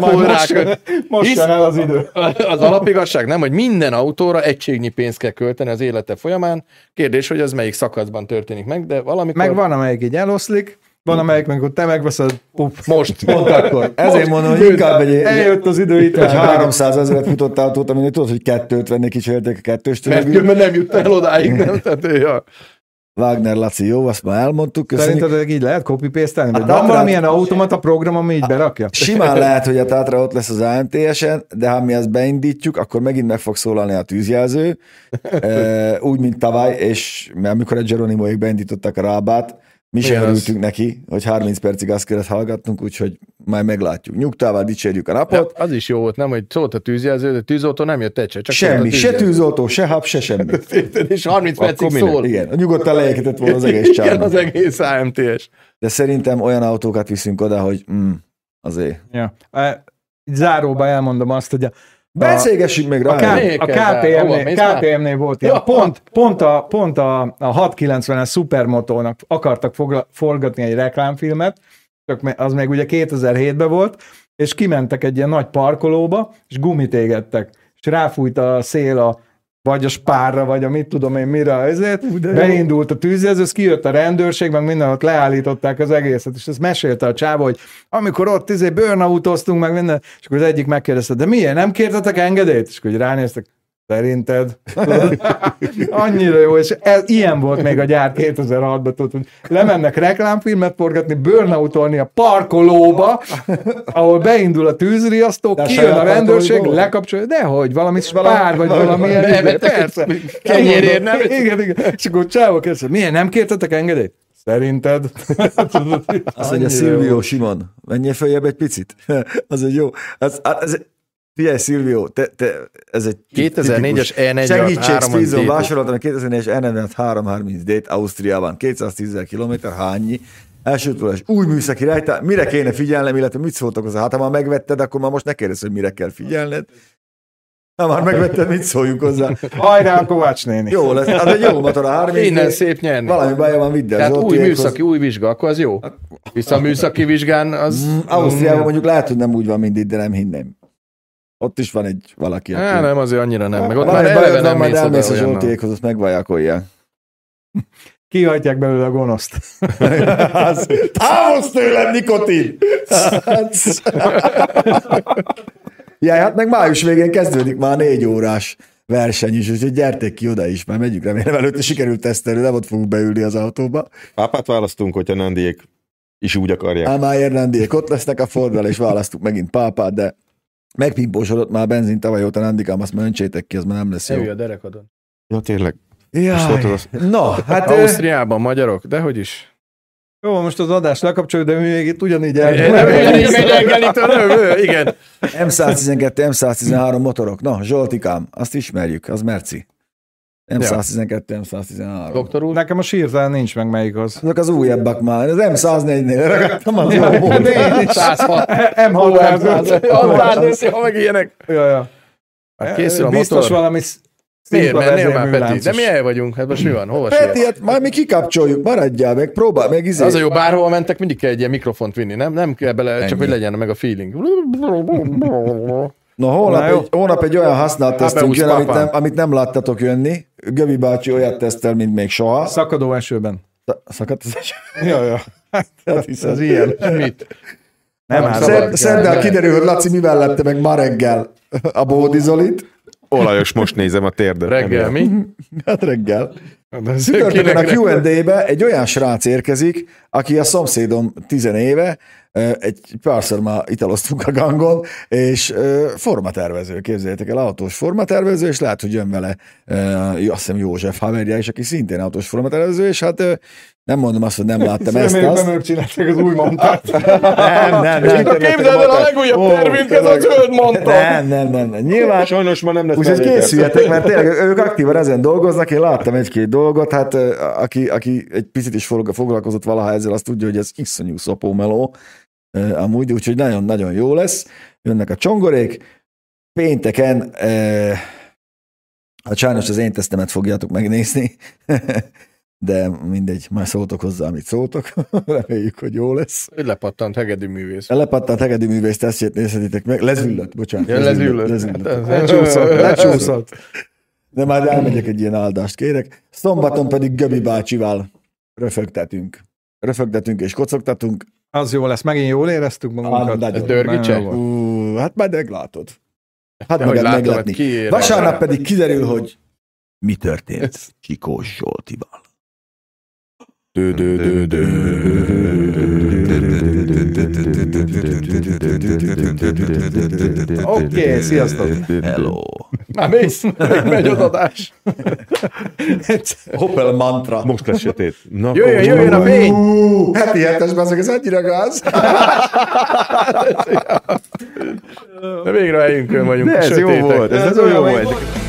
Most jön el az idő. Az alapigazság nem, hogy minden autóra egységnyi pénzt kell költeni az élete folyamán. Kérdés, hogy az melyik szakaszban történik meg, de valamikor... Meg van, amelyik így eloszlik, van, amelyik meg, hogy te megveszed, Most. Pont akkor. Ezért mondom, hogy inkább eljött az idő itt. Egy 300 000 futott autót, aminél tudod, hogy 2-t vennék, kicserélték a 2-ös Mert nem jut el odáig, nem? Tehát, ja. Wagner Laci, jó, azt már elmondtuk. Köszönjük. Szerinted így lehet copy-paste-elni? Vagy van valamilyen automata program, ami így berakja? Simán lehet, hogy a Tatra ott lesz az AMTS-en, de ha mi ezt beindítjuk, akkor megint meg fog szólalni a tűzjelző, úgy, mint tavaly, és amikor a Geronimoék beindították a Rábát, mi sem örültünk neki, hogy 30 percig azt kellett hallgatnunk, úgyhogy majd meglátjuk. Nyugtával dicsérjük a napot. Ja, az is jó volt, nem, hogy szólt a tűzjelző, de tűzoltó nem jött egy se. Csak semmi, se tűzoltó, se hab, se semmi. És 30 percig szól. Igen, nyugodtan leégetett volna az egész csárnak. Igen, az egész AMTS. De szerintem olyan autókat viszünk oda, hogy azért. Ja. Záróba elmondom azt, hogy beszélgessünk meg rá. A KTM-nél volt ilyen. Pont a 690-es Supermotónak akartak forgatni egy reklámfilmet, csak az még ugye 2007-ben volt, és kimentek egy ilyen nagy parkolóba, és gumit égettek. És ráfújt a szél vagy a spárra, vagy a mit tudom én mire, ezért beindult a tűzjelző, kijött a rendőrség, meg minden, ott leállították az egészet, és ezt mesélte a csáva, hogy amikor ott burnoutoztunk, meg minden, és akkor az egyik megkérdezte, de miért, nem kértetek engedélyt? És akkor ránéztek, szerinted? Annyira jó, és ilyen volt még a gyár 2006-ban, tudod, hogy lemennek reklámfilmet forgatni, burnoutolni a parkolóba, ahol beindul a tűzriasztó, kijön a rendőrség, lekapcsolja, dehogy, valami spár, vagy valamilyen. Persze. Kenyérért, nem? Igen. És akkor csávok kérdezte, miért nem kértetek engedélyt? Szerinted? Azt mondja, Silvio Simon, menjél följebb egy picit. Az egy jó. Figyelj, Silvio, ez egy 2004-es E43 segítség, Spizon, vásároltam a 2004-es E43 330D-t Ausztriában, 210 km, hányi, elsőtudás, új műszaki rajta, mire kéne figyelnem, illetve mit szóltok hozzá? Hát ha már megvetted, akkor már most ne kérdezz, hogy mire kell figyelned. Ha már megvetted, mit szóljunk hozzá? Hajrá, Kovács néni! Jó lesz, az egy jó motor, a 30D. Innen szép nyerni. Valami baja van, vidd el. Tehát új műszaki, új vizsga, akkor az jó. Vissza a műszaki vizsgán, az... Ausztriában mondjuk lehet, hogy nem úgy van mindig, de nem hinném. Ott is van egy valaki. Nem, azért annyira nem. Meg ott már eleve nem mész oda, elmész a Zsoltiékhoz, azt megvajakolják. Kihajtják belőle a gonoszt. Távozz tőlem, nikotin! Jaj, hát meg május végén kezdődik már 4 órás verseny is, úgyhogy gyerték ki oda is, már megyünk, remélem előtte sikerült tesztelni, nem ott fogunk beülni az autóba. Pápát választunk, hogyha Nandiék is úgy akarják. Ámáért Nandiék ott lesznek a Fordral, és választuk megint pápát, de megpimpósodott már a benzin tavaly óta, Nandikám, azt már öntsétek ki, az már nem lesz jó. A derekadon. Ja, tényleg. Jaj, no, hát... Ausztriában magyarok, dehogy is. Jó, most az adást lekapcsoljuk, de mi még itt ugyanígy igen. M112, M113 motorok. Na, Zsoltikám, azt ismerjük, az merci. M112, M113. Doktor úr? Nekem a sírtán nincs meg melyik az. Azok az újabbak már. Az M104-nél ragadtam, az jó volt. M600, meg ilyenek. Ja. Hát készül a biztos motor. Valami miért mennél már, Peti? De mi el vagyunk? Hát most mi van? Hova Peti, hát már mi kikapcsoljuk, maradjál meg, próbál meg Az a jó, bárhova mentek, mindig kell egy ilyen mikrofont vinni, nem kell bele, ennyi. Csak hogy legyen meg a feeling. Na, holnap egy olyan használt tesztünk jön, amit nem láttatok jönni. Göbi bácsi olyat tesztel, mint még soha. Szakadó esőben. Szakadt az eső? Ja. Hát ez ilyen. Mit? Szerdán kiderül, hogy Laci mivel lette meg ma reggel a bódizolit. Olajos, most nézem a térdet. Reggel mi? Hát reggel. Csütörtökön a Q&A-be egy olyan srác érkezik, aki a szomszédom 10 éve, egy párszor már italoztunk a gangon, és formatervező, képzeljétek el, autós formatervező, és lehet, hogy jön vele azt hiszem József haverja is, aki szintén autós formatervező, és hát nem mondom azt, hogy nem láttam ezt-azt. Nem ők csinálták az új montát. Nem. Képzeld el, a legújabb tervünk, ez a zöld monta. Nem. Nyilván. Sajnos ma nem lesz. Úgyhogy készüljetek, mert tényleg ők aktívan ezen dolgoznak, én láttam egy-két dolgot, hát aki egy picit is foglalkozott valaha ezzel, azt tudja, hogy ez iszonyú szopómeló, amúgy, úgyhogy nagyon-nagyon jó lesz. Jönnek a csongorék. Pénteken, hát sajnos az én tesztemet fogjátok megnézni, de mindegy, már szóltok hozzá, amit szóltok. Reméljük, hogy jó lesz. Lepattant hegedű művész. Lepattant hegedű művész tesztjét nézhetitek meg. Lezüllött, bocsánat. Ja, lezüllött. Lecsúszott. De már elmegyek egy ilyen áldást, kérek. Szombaton pedig Göbi bácsival röfögtetünk és kocogtatunk. Az jó lesz, megint jól éreztük magunkat. Ez dörgicse? Hát majd meglátod. Hát megletni. Vasárnap pedig kiderül, hogy mi történt Csikós Zsoltival. Oké, sziasztok! Hello! Már mész, megy az adás. Opel mantra. Most lesz sötét. Jöjjön a fény! Heti hetes, ez annyira gáz. De végre a helyünkön vagyunk. De ez jó volt, ez jó volt.